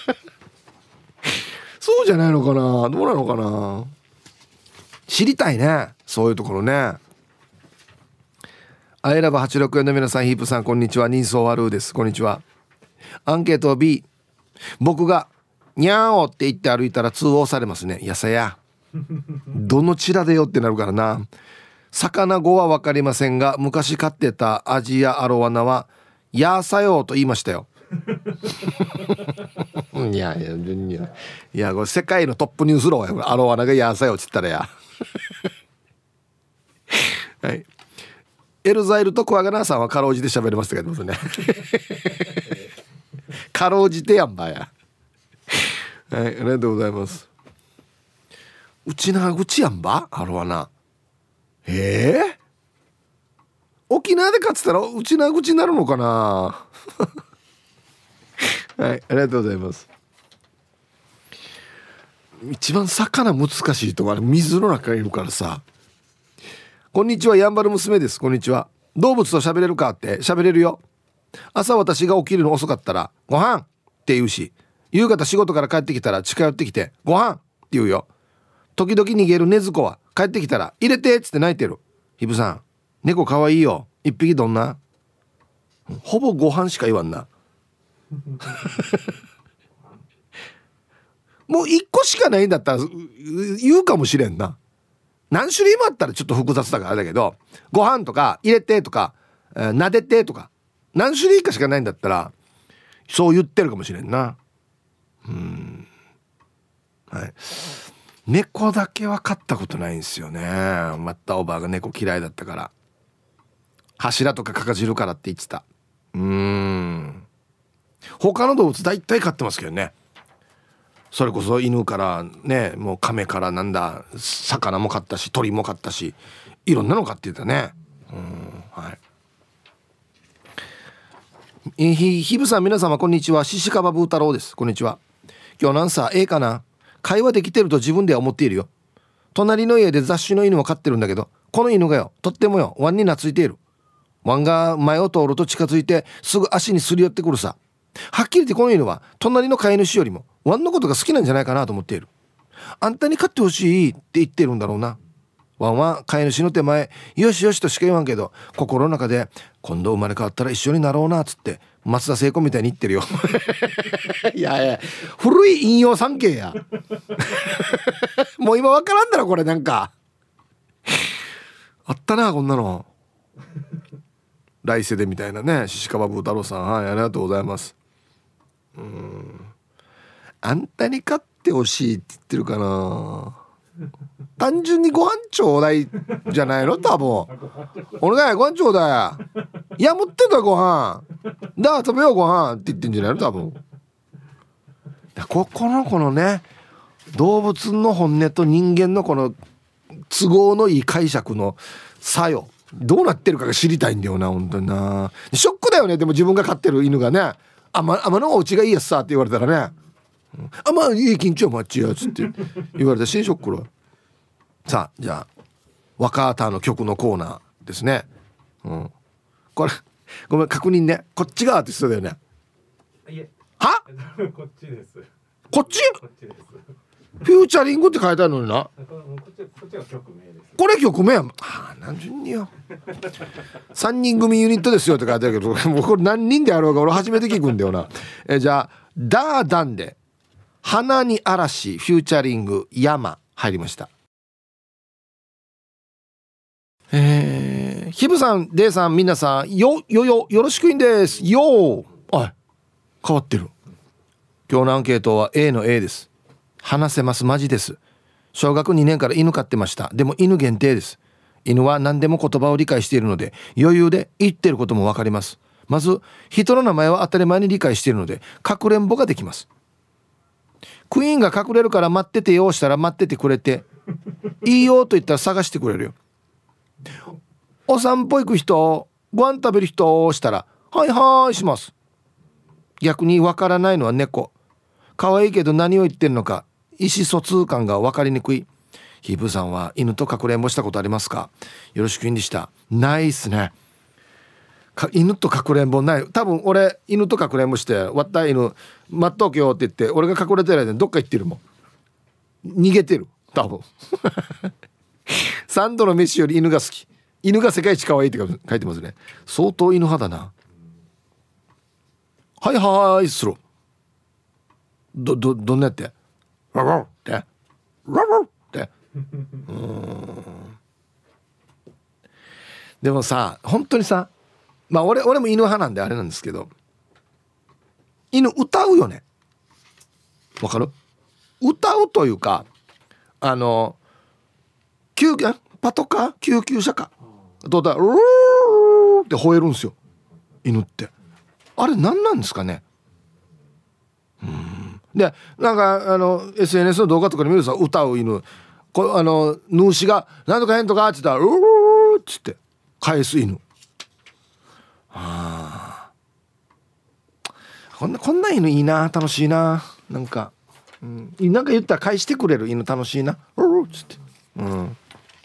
A: そうじゃないのかな、どうなのかな、知りたいね、そういうところね。アイラブはちろくよんの皆さん、ヒープさんこんにちは、人相悪うです、こんにちは。アンケート B、 僕がニャーオって言って歩いたら通報されますね。やさやどのチラでよってなるからな。魚語は分かりませんが昔飼ってたアジやアロワナはやーさようと言いましたよいやいやいやいや、これ世界のトップニュースローや、アロワナがやーさようって言ったらやはい、エルザイルとクワガナーさんはかろうじて喋れましたけどねかろうじてやんばやはい、ありがとうございます。うちなぐちやんばアロワナ、ええー、沖縄で飼ってたらうちなぐちになるのかなはい、ありがとうございます。一番魚難しいところ水の中にいるからさ。こんにちは、やんばる娘です。こんにちは。動物と喋れるかって喋れるよ。朝私が起きるの遅かったらご飯って言うし、夕方仕事から帰ってきたら近寄ってきてご飯って言うよ。時々逃げる禰豆子は帰ってきたら入れてっつって泣いてる。ひぶさん、猫かわいいよ。一匹どんな？ほぼご飯しか言わんなもう一個しかないんだったら言うかもしれんな。何種類もあったらちょっと複雑だからあれだけど、ご飯とか入れてとか、えー、撫でてとか何種類かしかないんだったらそう言ってるかもしれんな。うーん、はい。猫だけは飼ったことないんですよね。またおばあが猫嫌いだったから、柱とかかかじるからって言ってた。うーん、他の動物大体飼ってますけどね。それこそ犬からね、もう亀からなんだ、魚も飼ったし鳥も飼ったし、いろんなの飼ってたね。うん、はい。ひひぶさん、皆様こんにちは、シシカバブー太郎です。こんにちは。今日なんさええかな、会話できてると自分では思っているよ。隣の家で雑種の犬も飼ってるんだけど、この犬がよとってもよワンに懐いている。ワンが前を通ると近づいてすぐ足にすり寄ってくるさ。はっきり言ってこの犬は隣の飼い主よりもワンのことが好きなんじゃないかなと思っている。あんたに飼ってほしいって言ってるんだろうな。ワンは飼い主の手前よしよしとしか言わんけど、心の中で今度生まれ変わったら一緒になろうなっつって松田聖子みたいに言ってるよいやいや、古い引用三景やもう今わからんだろこれ。なんかあったなこんなの来世でみたいなね。シシカバブー太郎さん、はい、ありがとうございます。うーん、あんたに飼ってほしいって言ってるかな。単純にご飯ちょうだいじゃないの多分。お願いご飯ちょうだい。いや持ってたご飯だ食べようご飯って言ってんじゃないの多分。ここのこのね、動物の本音と人間のこの都合のいい解釈の差よ、どうなってるかが知りたいんだよな本当にな。ショックだよね。でも自分が飼ってる犬がね、あまあまのお家がいいやつさって言われたらね、あまあいい緊張マッチやつって言われた新ショックだ。さあじゃあワカーターの曲のコーナーですね。うん、これごめん確認ね、こっちがアーティストだよね。
C: いえ、
A: は
C: こっちです。
A: こっち
C: こっちです。
A: フューチャリングって書いてあるのにな。
C: こっち、こっちが曲名です。
A: これ曲名やん。はあ、何順によさんにん組ユニットですよって書いてあるけど、もうこれ何人であろうか俺初めて聞くんだよな。えじゃあダーダンで花に嵐フューチャリング山入りました。えー、ヒブさんデイさん皆さんよよよよろしくいんですよー。あ、変わってる。今日のアンケートは A の A です。話せますマジです。小学にねんから犬飼ってました。でも犬限定です。犬は何でも言葉を理解しているので余裕で言ってることもわかります。まず人の名前は当たり前に理解しているのでかくれんぼができます。クイーンが隠れるから待っててよしたら待っててくれていいよと言ったら探してくれるよ。 お散歩行く人、ご飯食べる人をしたらはいはーいします。逆にわからないのは猫。可愛いけど何を言ってるのか意思疎通感が分かりにくい。ヒープーさんは犬とかくれんぼしたことありますか？よろしくインでした。ないっすね。か犬とかくれんぼない。多分俺犬とかくれんぼして割った犬待っとけよって言って俺が隠れてる間にどっか行ってるもん。逃げてる多分三度の飯より犬が好き。犬が世界一可愛いって書いてますね。相当犬派だな。はいはーいする。どどどんなやってララってララってうーん。でもさ本当にさ、まあ俺俺も犬派なんであれなんですけど、犬歌うよね。わかる？歌うというかあの救急パトカー救急車かどうだルーって吠えるんですよ犬って。あれ何なんですかね。うーんでなんかあの エスエヌエス の動画とかで見るとさ歌う犬こあのヌーシが何とか変とかって言ったらルーっつって返す犬。あこんなこんな犬いいな楽しいななんか、うん、なんか言ったら返してくれる犬楽しいなルーっつって、うん。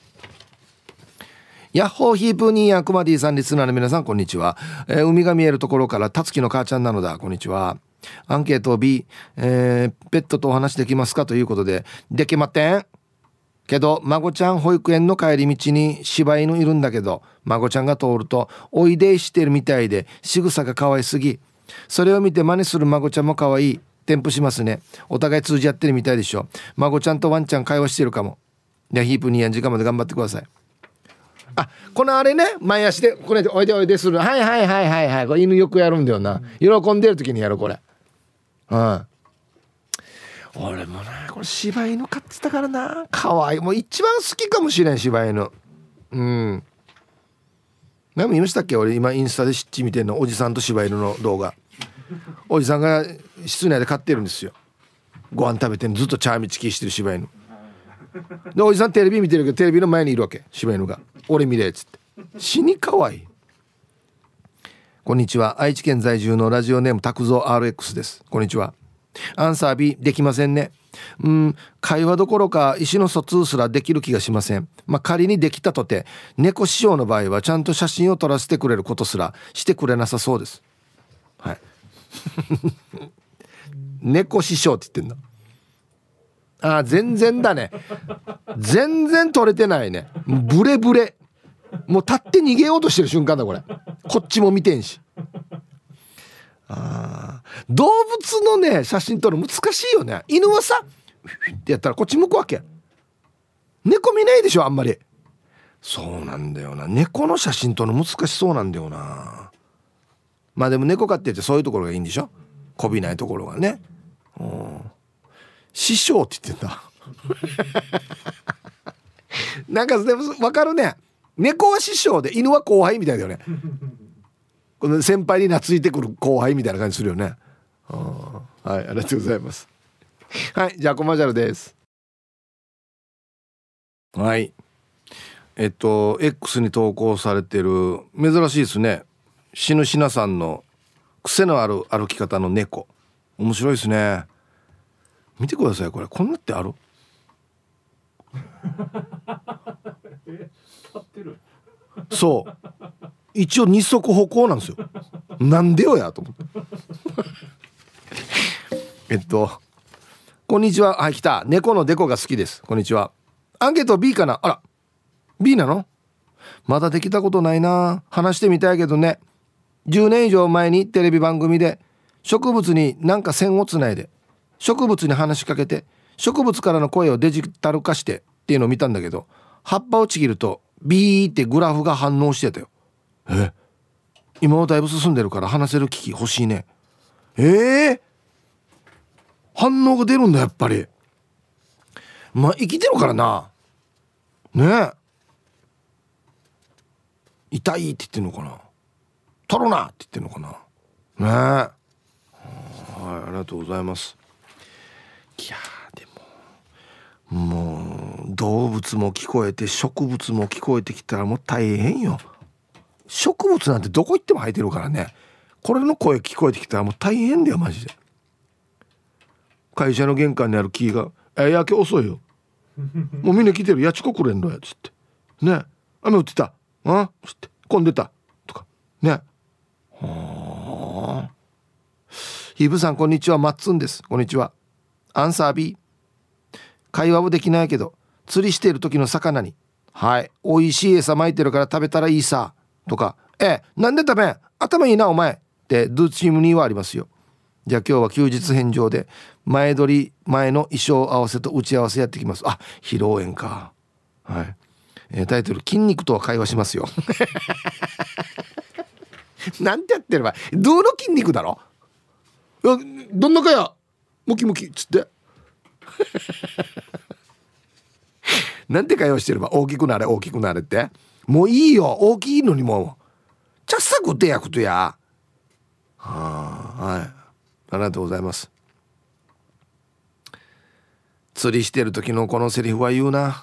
A: ヤッホーヒープーニーヤンクマディさんリスナーの皆さんこんにちは、えー、海が見えるところからたつきの母ちゃんなのだこんにちは。アンケート B、えー、ペットとお話できますかということでできまってんけど孫ちゃん保育園の帰り道に柴犬いるんだけど孫ちゃんが通るとおいでしてるみたいで仕草が可愛すぎ、それを見て真似する孫ちゃんも可愛い。添付しますね。お互い通じ合ってるみたいでしょ。孫ちゃんとワンちゃん会話してるかも。じゃあヒープにやん時間まで頑張ってください。あ、このあれね前足でこれでおいでおいでするはいはいはいはいはいこれ犬よくやるんだよな、うん、喜んでる時にやるこれ。うん俺もなこれ柴犬飼ってたからな可愛いもう一番好きかもしれん柴犬。うん何も言いましたっけ俺今インスタでしっち見てんのおじさんと柴犬の動画おじさんが室内で飼ってるんですよ。ご飯食べてずっとチャーミチキしてる柴犬でおじさんテレビ見てるけどテレビの前にいるわけ柴犬が俺見れっつって死に可愛い。こんにちは愛知県在住のラジオネームタクゾー アールエックス です。こんにちは。アンサー B できませんね。うん会話どころか意思の疎通すらできる気がしません。まあ仮にできたとて猫師匠の場合はちゃんと写真を撮らせてくれることすらしてくれなさそうです。はい猫師匠って言ってんだ。あー全然だね全然取れてないね。ブレブレもう立って逃げようとしてる瞬間だこれ。こっちも見てんし。あ動物のね写真撮る難しいよね。犬はさってやったらこっち向くわけ。猫見ないでしょあんまり。そうなんだよな猫の写真撮るの難しそうなんだよな。まあでも猫飼っててそういうところがいいんでしょこびないところがね。うん師匠って言ってんだなんかでも分かるね。猫は師匠で犬は後輩みたいだよねこの先輩に懐いてくる後輩みたいな感じするよね。はいありがとうございます。はいじゃあコマーシャルです。はいえっと X に投稿されてる珍しいですね。死ぬしなさんの癖のある歩き方の猫面白いですね。見てくださいこれこんなってあるそう一応二足歩行なんですよ。なんでよやと思ってえっとこんにちは。はい来た猫のデコが好きです。こんにちは。アンケート B かな。あら B なの。まだできたことないな。話してみたいけどね。じゅうねん以上前にテレビ番組で植物になんか線をつないで植物に話しかけて植物からの声をデジタル化してっていうのを見たんだけど葉っぱをちぎるとビーってグラフが反応してたよ。え今はだいぶ進んでるから話せる機器欲しいね。えー、反応が出るんだやっぱり。まあ生きてるからなねえ。痛いって言ってんのかな取るなって言ってんのかなねえ。はいありがとうございます。いやでももう動物も聞こえて植物も聞こえてきたらもう大変よ。植物なんてどこ行っても生えてるからね。これの声聞こえてきたらもう大変だよマジで。会社の玄関にある木が「えやけ遅いよもうみんな来てるやちこくれんのや」つってね「雨降ってたあつって混んでた」とかね。はあ。ヒブさんこんにちは、マッツンです。こんにちは。アンサー B。 会話もできないけど釣りしている時の魚に「はい美味しい餌撒いてるから食べたらいいさ」とか「えなんで食べん頭いいなお前」ってドゥチームにはありますよ。じゃあ今日は休日返上で前撮り前の衣装合わせと打ち合わせやってきます。あ、披露宴か。はい、えー、タイトル筋肉とは会話しますよなんてやってればどの筋肉だろ。いやどんなかやムキムキっつってなんて会話してれば大きくなれ大きくなれって。もういいよ大きいのにもうちゃっさくてやくとや。はあ、はい、ありがとうございます。釣りしてる時のこのセリフは言うな。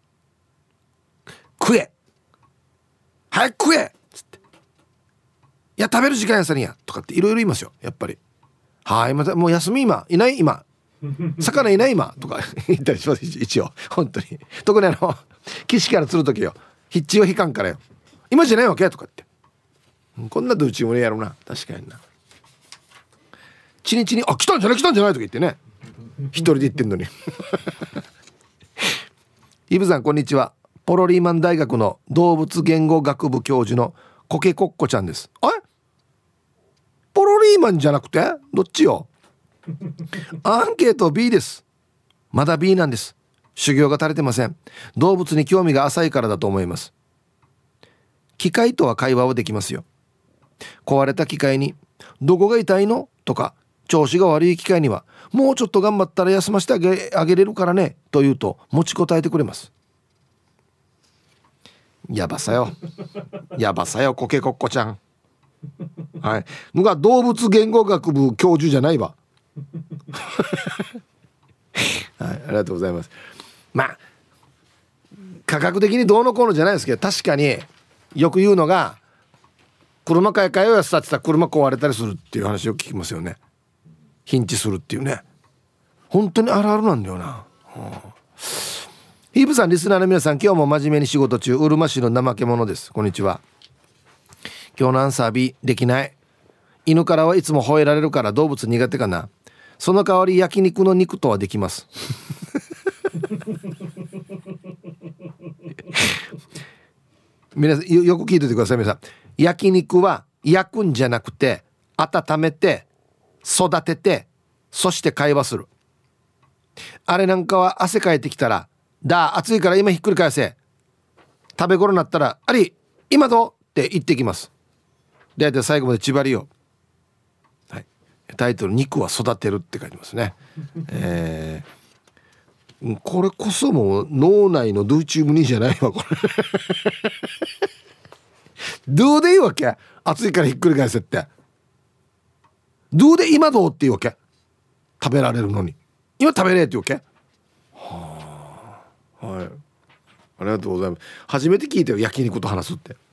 A: 食え早く食えつって、いや食べる時間やさにやとかっていろいろ言いますよやっぱり。はいまたもう休み今いない今魚いない今とか言ったりします一応本当に。特にあの岸から釣る時よ必地を引かんからよ今じゃないわけとかってこんなどうちもやろうな。確かにな。チニチニあ来たんじゃない来たんじゃないとか言ってね一人で言ってんのにイブさんこんにちは。ポロリーマン大学の動物言語学部教授のコケコッコちゃんです。あれポロリーマンじゃなくてどっちよアンケート B です。まだ B なんです。修行が足りてません。動物に興味が浅いからだと思います。機械とは会話はできますよ。壊れた機械にどこが痛いのとか調子が悪い機械にはもうちょっと頑張ったら休ませてあげ、あげれるからねと言うと持ちこたえてくれます。やばさよやばさよコケコッコちゃん。はいのが動物言語学部教授じゃないわはい、ありがとうございます。まあ科学的にどうのこうのじゃないですけど確かによく言うのが車買い替えをやってたって言ったら車壊れたりするっていう話を聞きますよね。ヒンチするっていうね。本当にあるあるなんだよな、はあ、ヒープさんリスナーの皆さん今日も真面目に仕事中うるま市の怠け者です。こんにちは。今日のアンサー B できない。犬からはいつも吠えられるから動物苦手かな。その代わり焼肉の肉とはできます皆さん よ, よく聞いててください。皆さん焼肉は焼くんじゃなくて温めて育ててそして会話する。あれなんかは汗かいてきたらだ暑いから今ひっくり返せ食べ頃になったらあり今どうって言ってきます。だいたい最後まで縛りよ、はい、タイトル肉は育てるって書いてますね、えー、これこそもう脳内のドゥチュームにじゃないわこれどうでいいわけ暑いからひっくり返せってどうで今どうっていうわけ食べられるのに今食べれっていうわけはあ、はい、ありがとうございます。初めて聞いたよ焼肉と話すって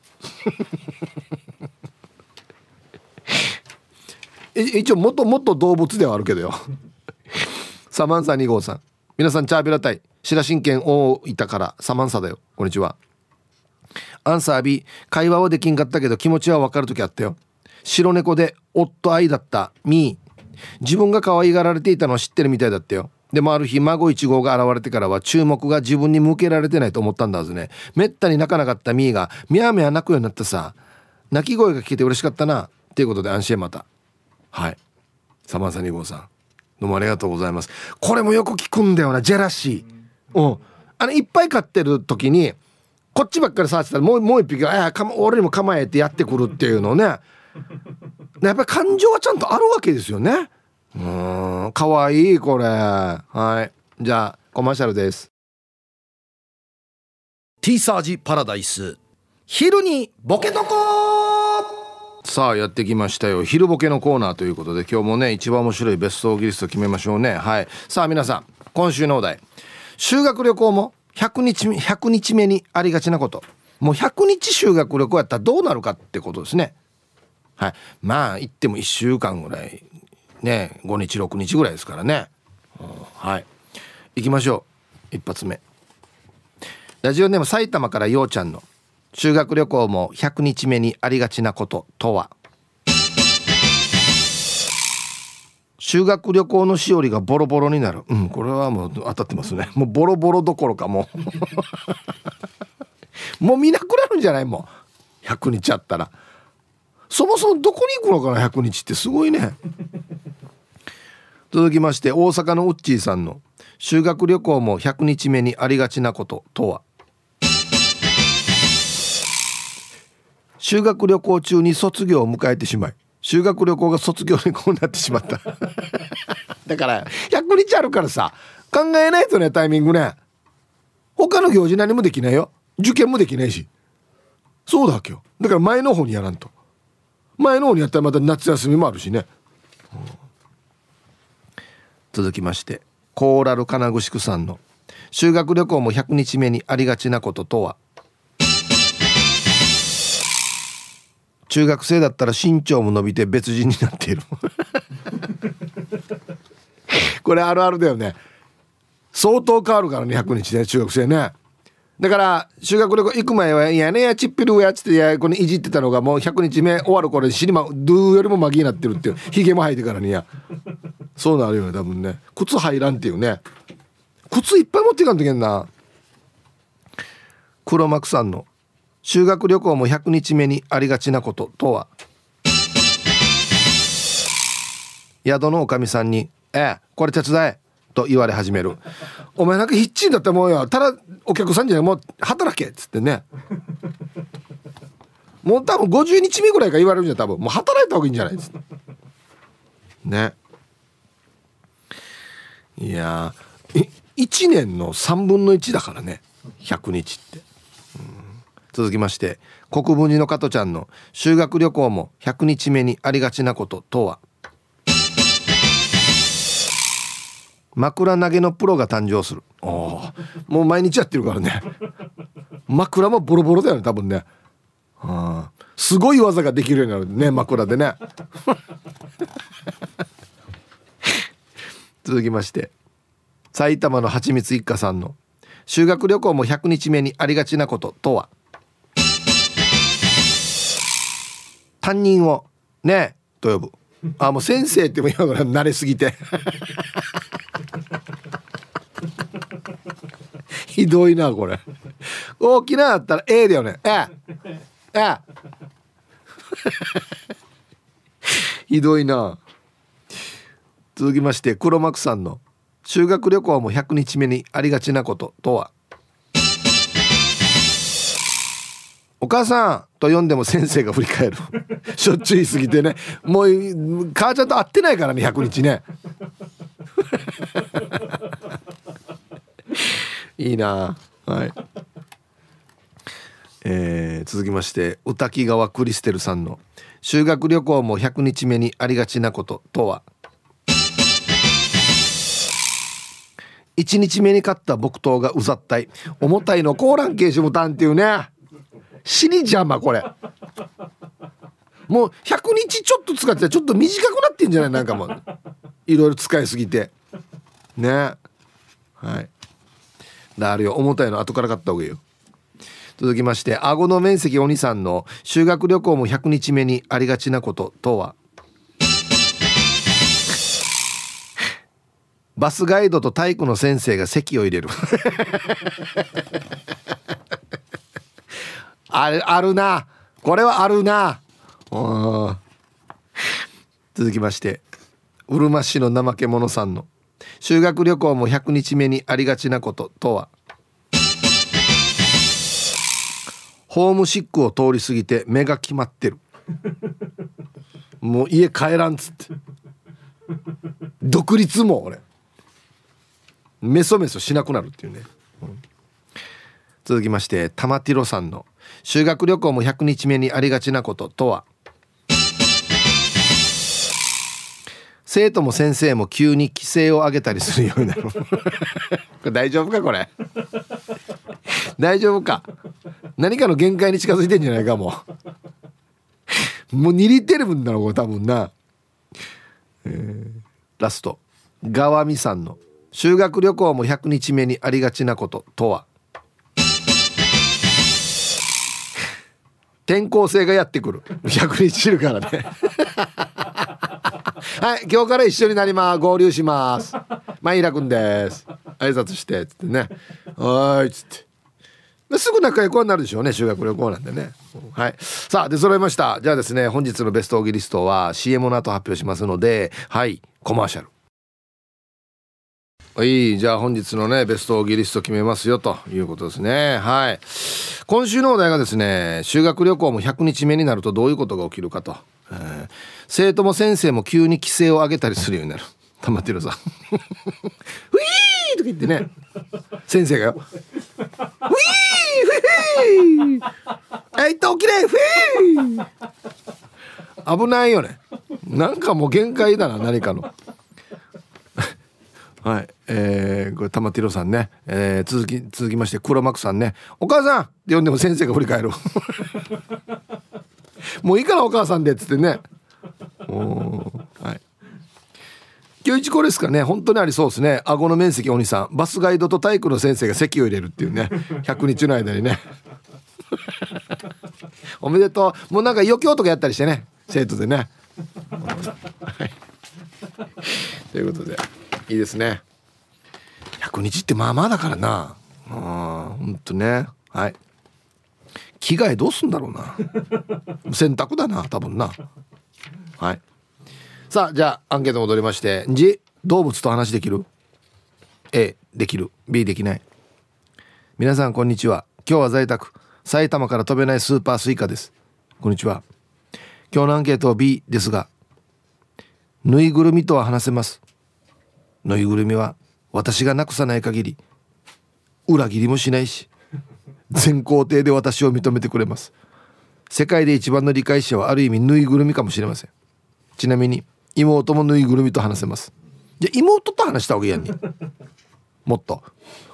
A: 一応もっともっと動物ではあるけどよサマンサに号さん皆さんチャービラタイ白真剣大分からサマンサだよ。こんにちは。アンサー B 会話はできんかったけど気持ちは分かるときあったよ。白猫で夫愛だったミー自分が可愛がられていたのは知ってるみたいだったよ。でもある日孫いち号が現れてからは注目が自分に向けられてないと思ったんだはずね。めったに泣かなかったミーがミャーミャー泣くようになってさ泣き声が聞けて嬉しかったなっていうことで安心またはいサマンサに号さんどうもありがとうございます。これもよく聞くんだよなジェラシー、うん、あのいっぱい飼ってる時にこっちばっかり触ってたらもうもう一匹があか俺にも構えてやってくるっていうのねやっぱり感情はちゃんとあるわけですよね。うーんかわいいこれ。はいじゃあコマーシャルです。
D: T サージパラダイス昼にボケとこ
A: さあやってきましたよ昼ボケのコーナーということで今日もね一番面白いベストギリスト決めましょうね。はいさあ皆さん今週のお題修学旅行もひゃくにちめひゃくにちめにありがちなこと、もうひゃくにち修学旅行やったらどうなるかってことですね。はい、まあ行ってもいっしゅうかんぐらいね、ごにちろくにちぐらいですからね、うん、はい行きましょう。一発目、ラジオネーム埼玉からようちゃんの修学旅行もひゃくにちめにありがちなこととは。修学旅行のしおりがボロボロになる。うん、これはもう当たってますね。もうボロボロどころかもうもう見なくなるんじゃない、もうひゃくにちあったら。そもそもどこに行くのかな、ひゃくにちってすごいね続きまして、大阪のウッチーさんの修学旅行もひゃくにちめにありがちなこととは。修学旅行中に卒業を迎えてしまい、修学旅行が卒業旅行になってしまっただからひゃくにちあるからさ、考えないとね、タイミングね。他の行事何もできないよ、受験もできないし。そうだっけよ、だから前の方にやらんと。前の方にやったらまた夏休みもあるしね、うん、続きまして、コーラル金具宿さんの修学旅行もひゃくにちめにありがちなこととは。中学生だったら身長も伸びて別人になっているこれあるあるだよね。相当変わるからね、ひゃくにちね、中学生ね。だから修学旅行行く前は、いやねやちっぴるやつってやこのいじってたのが、もうひゃくにちめ終わる頃に尻まドゥーよりもマギになってるっていう、ヒゲも生えてからにやそうなるよね多分ね。靴入らんっていうね。靴いっぱい持っていかんといけんな。黒幕さんの修学旅行もひゃくにちめにありがちなこととは。宿のおかみさんに「ええこれ手伝え」と言われ始める。お前なんかヒッチンだったらもうよ、ただお客さんじゃない、もう働けっつってね。もう多分ごじゅうにちめぐらいから言われるんじゃん、多分もう働いた方がいいんじゃないですね。いやいちねんのさんぶんのいちだからね、ひゃくにちって、うん、続きまして、国分寺の加トちゃんの修学旅行もひゃくにちめにありがちなこととは。枕投げのプロが誕生する。おもう毎日やってるからね。枕もボロボロだよね多分ね、はあ、すごい技ができるようになるね、枕でね続きまして、埼玉のはちみつ一家さんの修学旅行もひゃくにちめにありがちなこととは。担任をねえと呼ぶ。あ、もう先生っても今から慣れすぎてひどいなこれ。大きなだったら A だよね。えええひどいな。続きまして、黒幕さんの修学旅行もひゃくにちめにありがちなこととは。お母さんと呼んでも先生が振り返るしょっちゅう言い過ぎてね、もう母ちゃんと会ってないからねひゃくにちねいいな。はい、えー、続きまして、宇滝川クリステルさんの修学旅行もひゃくにちめにありがちなこととは。いちにちめに買った木刀がうざったい、重たいのコーランケーシムタンっていうね、死に邪魔これ。もうひゃくにちちょっと使ってちょっと短くなってんじゃない、なんかもういろいろ使いすぎてね。はい、だあるよ、重たいの後から買った方がいいよ。続きまして、顎の面積お兄さんの修学旅行もひゃくにちめにありがちなこととは。バスガイドと体育の先生が席を入れるある、あるな、これはあるな。続きまして、うるま市の怠け者さんの修学旅行もひゃくにちめにありがちなこととは。ホームシックを通り過ぎて目が決まってるもう家帰らんっつって独立も俺メソメソしなくなるっていうね、うん、続きまして、玉ティロさんの修学旅行もひゃくにちめにありがちなこととは。 生徒も先生も急に規制を上げたりするようになるこれ大丈夫かこれ大丈夫か、何かの限界に近づいてんじゃないかもうもうにリットル分だろこれ多分な、えー、ラスト川見さんの修学旅行もひゃくにちめにありがちなこととは。転校生がやってくる。ひゃくにちいるからねはい今日から一緒になります、合流します、マイラくんです挨拶してつってね、はーいつってすぐ仲良くなるでしょうね、修学旅行なんでね。はい、さあ出揃いました。じゃあですね、本日のベストオギリストは シーエム の後発表しますので、はいコマーシャル。はい、じゃあ本日のねベストオギリスト決めますよということですね。はい、今週のお題がですね、修学旅行もひゃくにちめになるとどういうことが起きるかと、えー、生徒も先生も急に規制を上げたりするようになる。たまってるさフィーとか言ってね、先生がよフィーフィーえいっと起きれフィー危ないよね、なんかもう限界だな何かのはい、えー、これ玉ティロさんね、えー、続き続きまして黒幕さんね、お母さんって呼んでも先生が振り返るもういいからお母さんでっつってね。おはい、今日一これですかね、本当にありそうですね。顎の面積お兄さん、バスガイドと体育の先生が席を入れるっていうねひゃくにちの間にねおめでとう。もうなんか余興とかやったりしてね、生徒でねはいということでいいですね。ひゃくにちってまあまあだからな。あほんとね。はい、着替えどうすんだろうな洗濯だな多分な。はい、さあじゃあアンケート戻りまして、じ動物と話できる？ A できる、 B できない。皆さんこんにちは。今日は在宅、埼玉から飛べないスーパースイカです。こんにちは。今日のアンケートは B ですが、ぬいぐるみとは話せます。ぬいぐるみは私がなくさない限り裏切りもしないし、全肯定で私を認めてくれます。世界で一番の理解者はある意味ぬいぐるみかもしれません。ちなみに妹もぬいぐるみと話せます。じゃあ妹と話した方がいいやんにもっと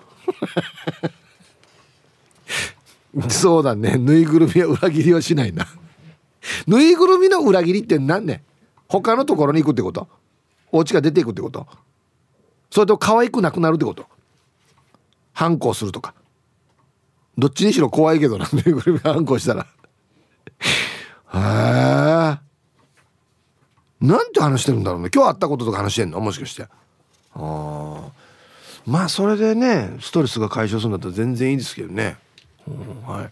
A: そうだね、ぬいぐるみは裏切りはしないなぬいぐるみの裏切りって何ね、他のところに行くってこと、お家が出ていくってこと、それと可愛くなくなるってこと、反抗するとか、どっちにしろ怖いけどな、ぬいぐるみが反抗したらへえ、なんて話してるんだろうね。今日あったこととか話してんの、もしかして。ああ、まあそれでねストレスが解消するんだったら全然いいですけどね、うん、はい。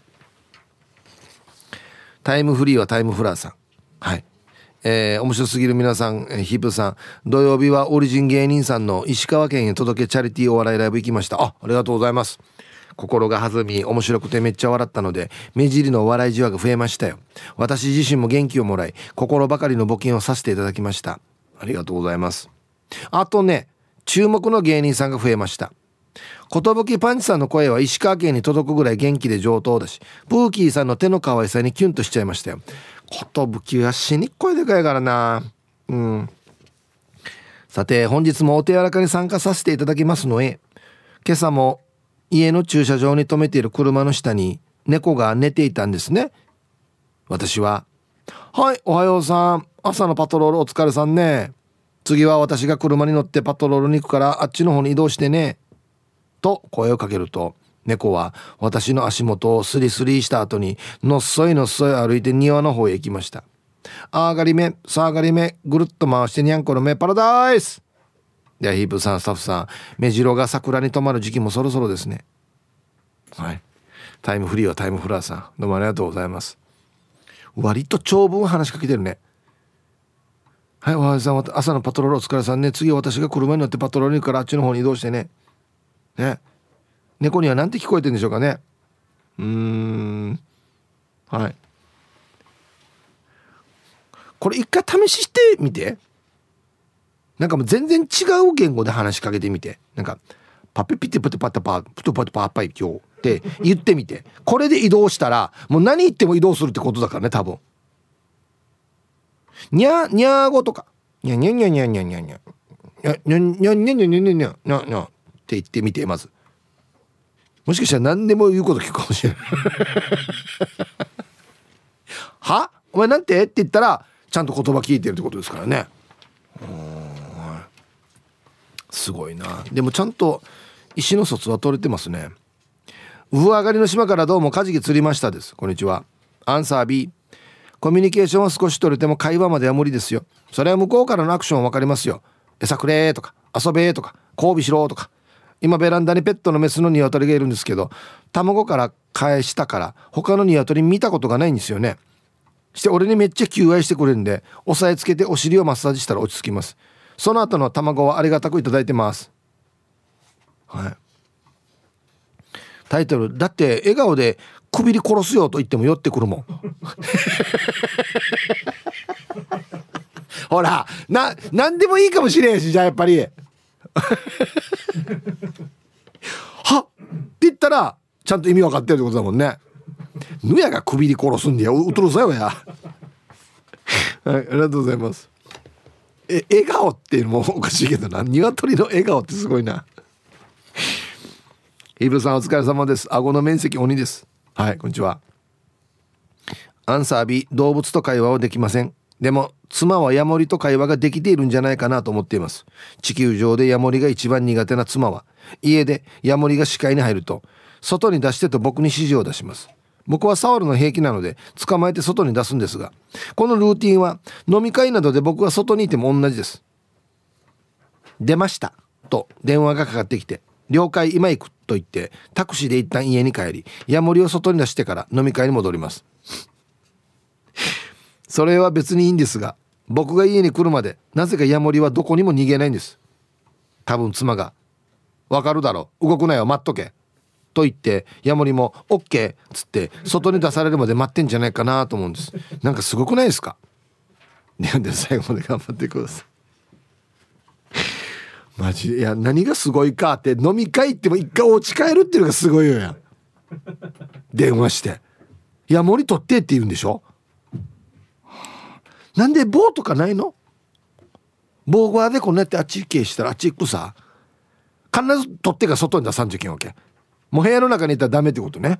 A: タイムフリーはタイムフラーさん、はい、えー、面白すぎる皆さん、えー、ヒープさん、土曜日はオリジン芸人さんの石川県へ届けチャリティーお笑いライブ行きました。あ、ありがとうございます。心が弾み面白くてめっちゃ笑ったので目尻の笑いじわが増えましたよ。私自身も元気をもらい心ばかりの募金をさせていただきました。ありがとうございます。あとね、注目の芸人さんが増えました。寿パンチさんの声は石川県に届くぐらい元気で上等だし、プーキーさんの手の可愛さにキュンとしちゃいましたよ。寿は死にっ声でかいからな。うん。さて本日もお手柔らかに参加させていただきますのへ、今朝も家の駐車場に止めている車の下に猫が寝ていたんですね。私は、はい、おはようさん、朝のパトロールお疲れさんね、次は私が車に乗ってパトロールに行くからあっちの方に移動してねと声をかけると、猫は私の足元をスリスリした後にのっそいのっそい歩いて庭の方へ行きました。あがり目さあがり目ぐるっと回してにゃんこの目パラダイス。ではヒープさん、スタッフさん、目白が桜に止まる時期もそろそろですね。はい、タイムフリーはタイムフラーさん、どうもありがとうございます。割と長文話しかけてるね。はい、おはようさん、朝のパトロールお疲れさんね、次は私が車に乗ってパトロールに行くからあっちの方に移動してね。ね、猫にはなんて聞こえてるんでしょうかね。うーん、はい、これ一回試ししてみて。なんかもう全然違う言語で話しかけてみて、なんかパピピテパテパタパプトパテパーパイ今日って言ってみて、これで移動したらもう何言っても移動するってことだからね、多分。にゃにゃーごとかにゃにゃにゃにゃにゃにゃにゃにゃにゃにゃにゃにゃにゃにゃにゃにゃにゃって言ってみて。まずもしかしたら何でも言うこと聞くかもしれないはお前なんてって言ったらちゃんと言葉聞いてるってことですからね。すごいな。でもちゃんと意思の疎通は取れてますね。ウフ上がりの島からどうもカジキ釣りましたです。こんにちは。アンサー B。 コミュニケーションは少し取れても会話までは無理ですよ。それは向こうからのアクション分かりますよ。餌くれとか遊べとか交尾しろとか。今ベランダにペットのメスのニワトリがいるんですけど、卵から返したから他のニワトリ見たことがないんですよね。して俺にめっちゃ求愛してくれるんで、押さえつけてお尻をマッサージしたら落ち着きます。その後の卵はありがたくいただいてます。はい。タイトルだって笑顔でくびり殺すよと言っても寄ってくるもんほらな、何でもいいかもしれんし、じゃあやっぱりはっって言ったらちゃんと意味分かってるってことだもんね。ぬやがくびり殺すんでやうとるさよやはい、ありがとうございます。え、笑顔っていうのもおかしいけどな、鶏の笑顔ってすごいな。イブさんお疲れ様です。顎の面積鬼です。はい、こんにちは。アンサー B。 動物と会話はできません。でも妻はヤモリと会話ができているんじゃないかなと思っています。地球上でヤモリが一番苦手な妻は、家でヤモリが視界に入ると外に出してと僕に指示を出します。僕は触るの平気なので捕まえて外に出すんですが、このルーティンは飲み会などで僕が外にいても同じです。出ましたと電話がかかってきて、了解今行くと言ってタクシーで一旦家に帰り、ヤモリを外に出してから飲み会に戻ります。それは別にいいんですが、僕が家に来るまでなぜかヤモリはどこにも逃げないんです。多分妻がわかるだろ動くなよ待っとけと言って、ヤモリも オーケー っつって外に出されるまで待ってんじゃないかなと思うんです。なんかすごくないですか。で最後まで頑張ってください。マジいや何がすごいかって、飲み会行っても一回お家帰るっていうのがすごいよや。電話してヤモリ取ってって言うんでしょ。なんで棒とかないの。棒側でこんなやってあっち行けしたらあっち行くさ、必ず取ってから外に出さんじゃいけんわけ。もう部屋の中にいたらダメってことね。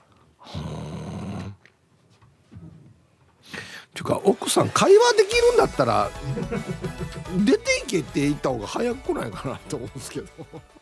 A: ていうか奥さん会話できるんだったら出ていけって言った方が早く来ないかなと思うんですけど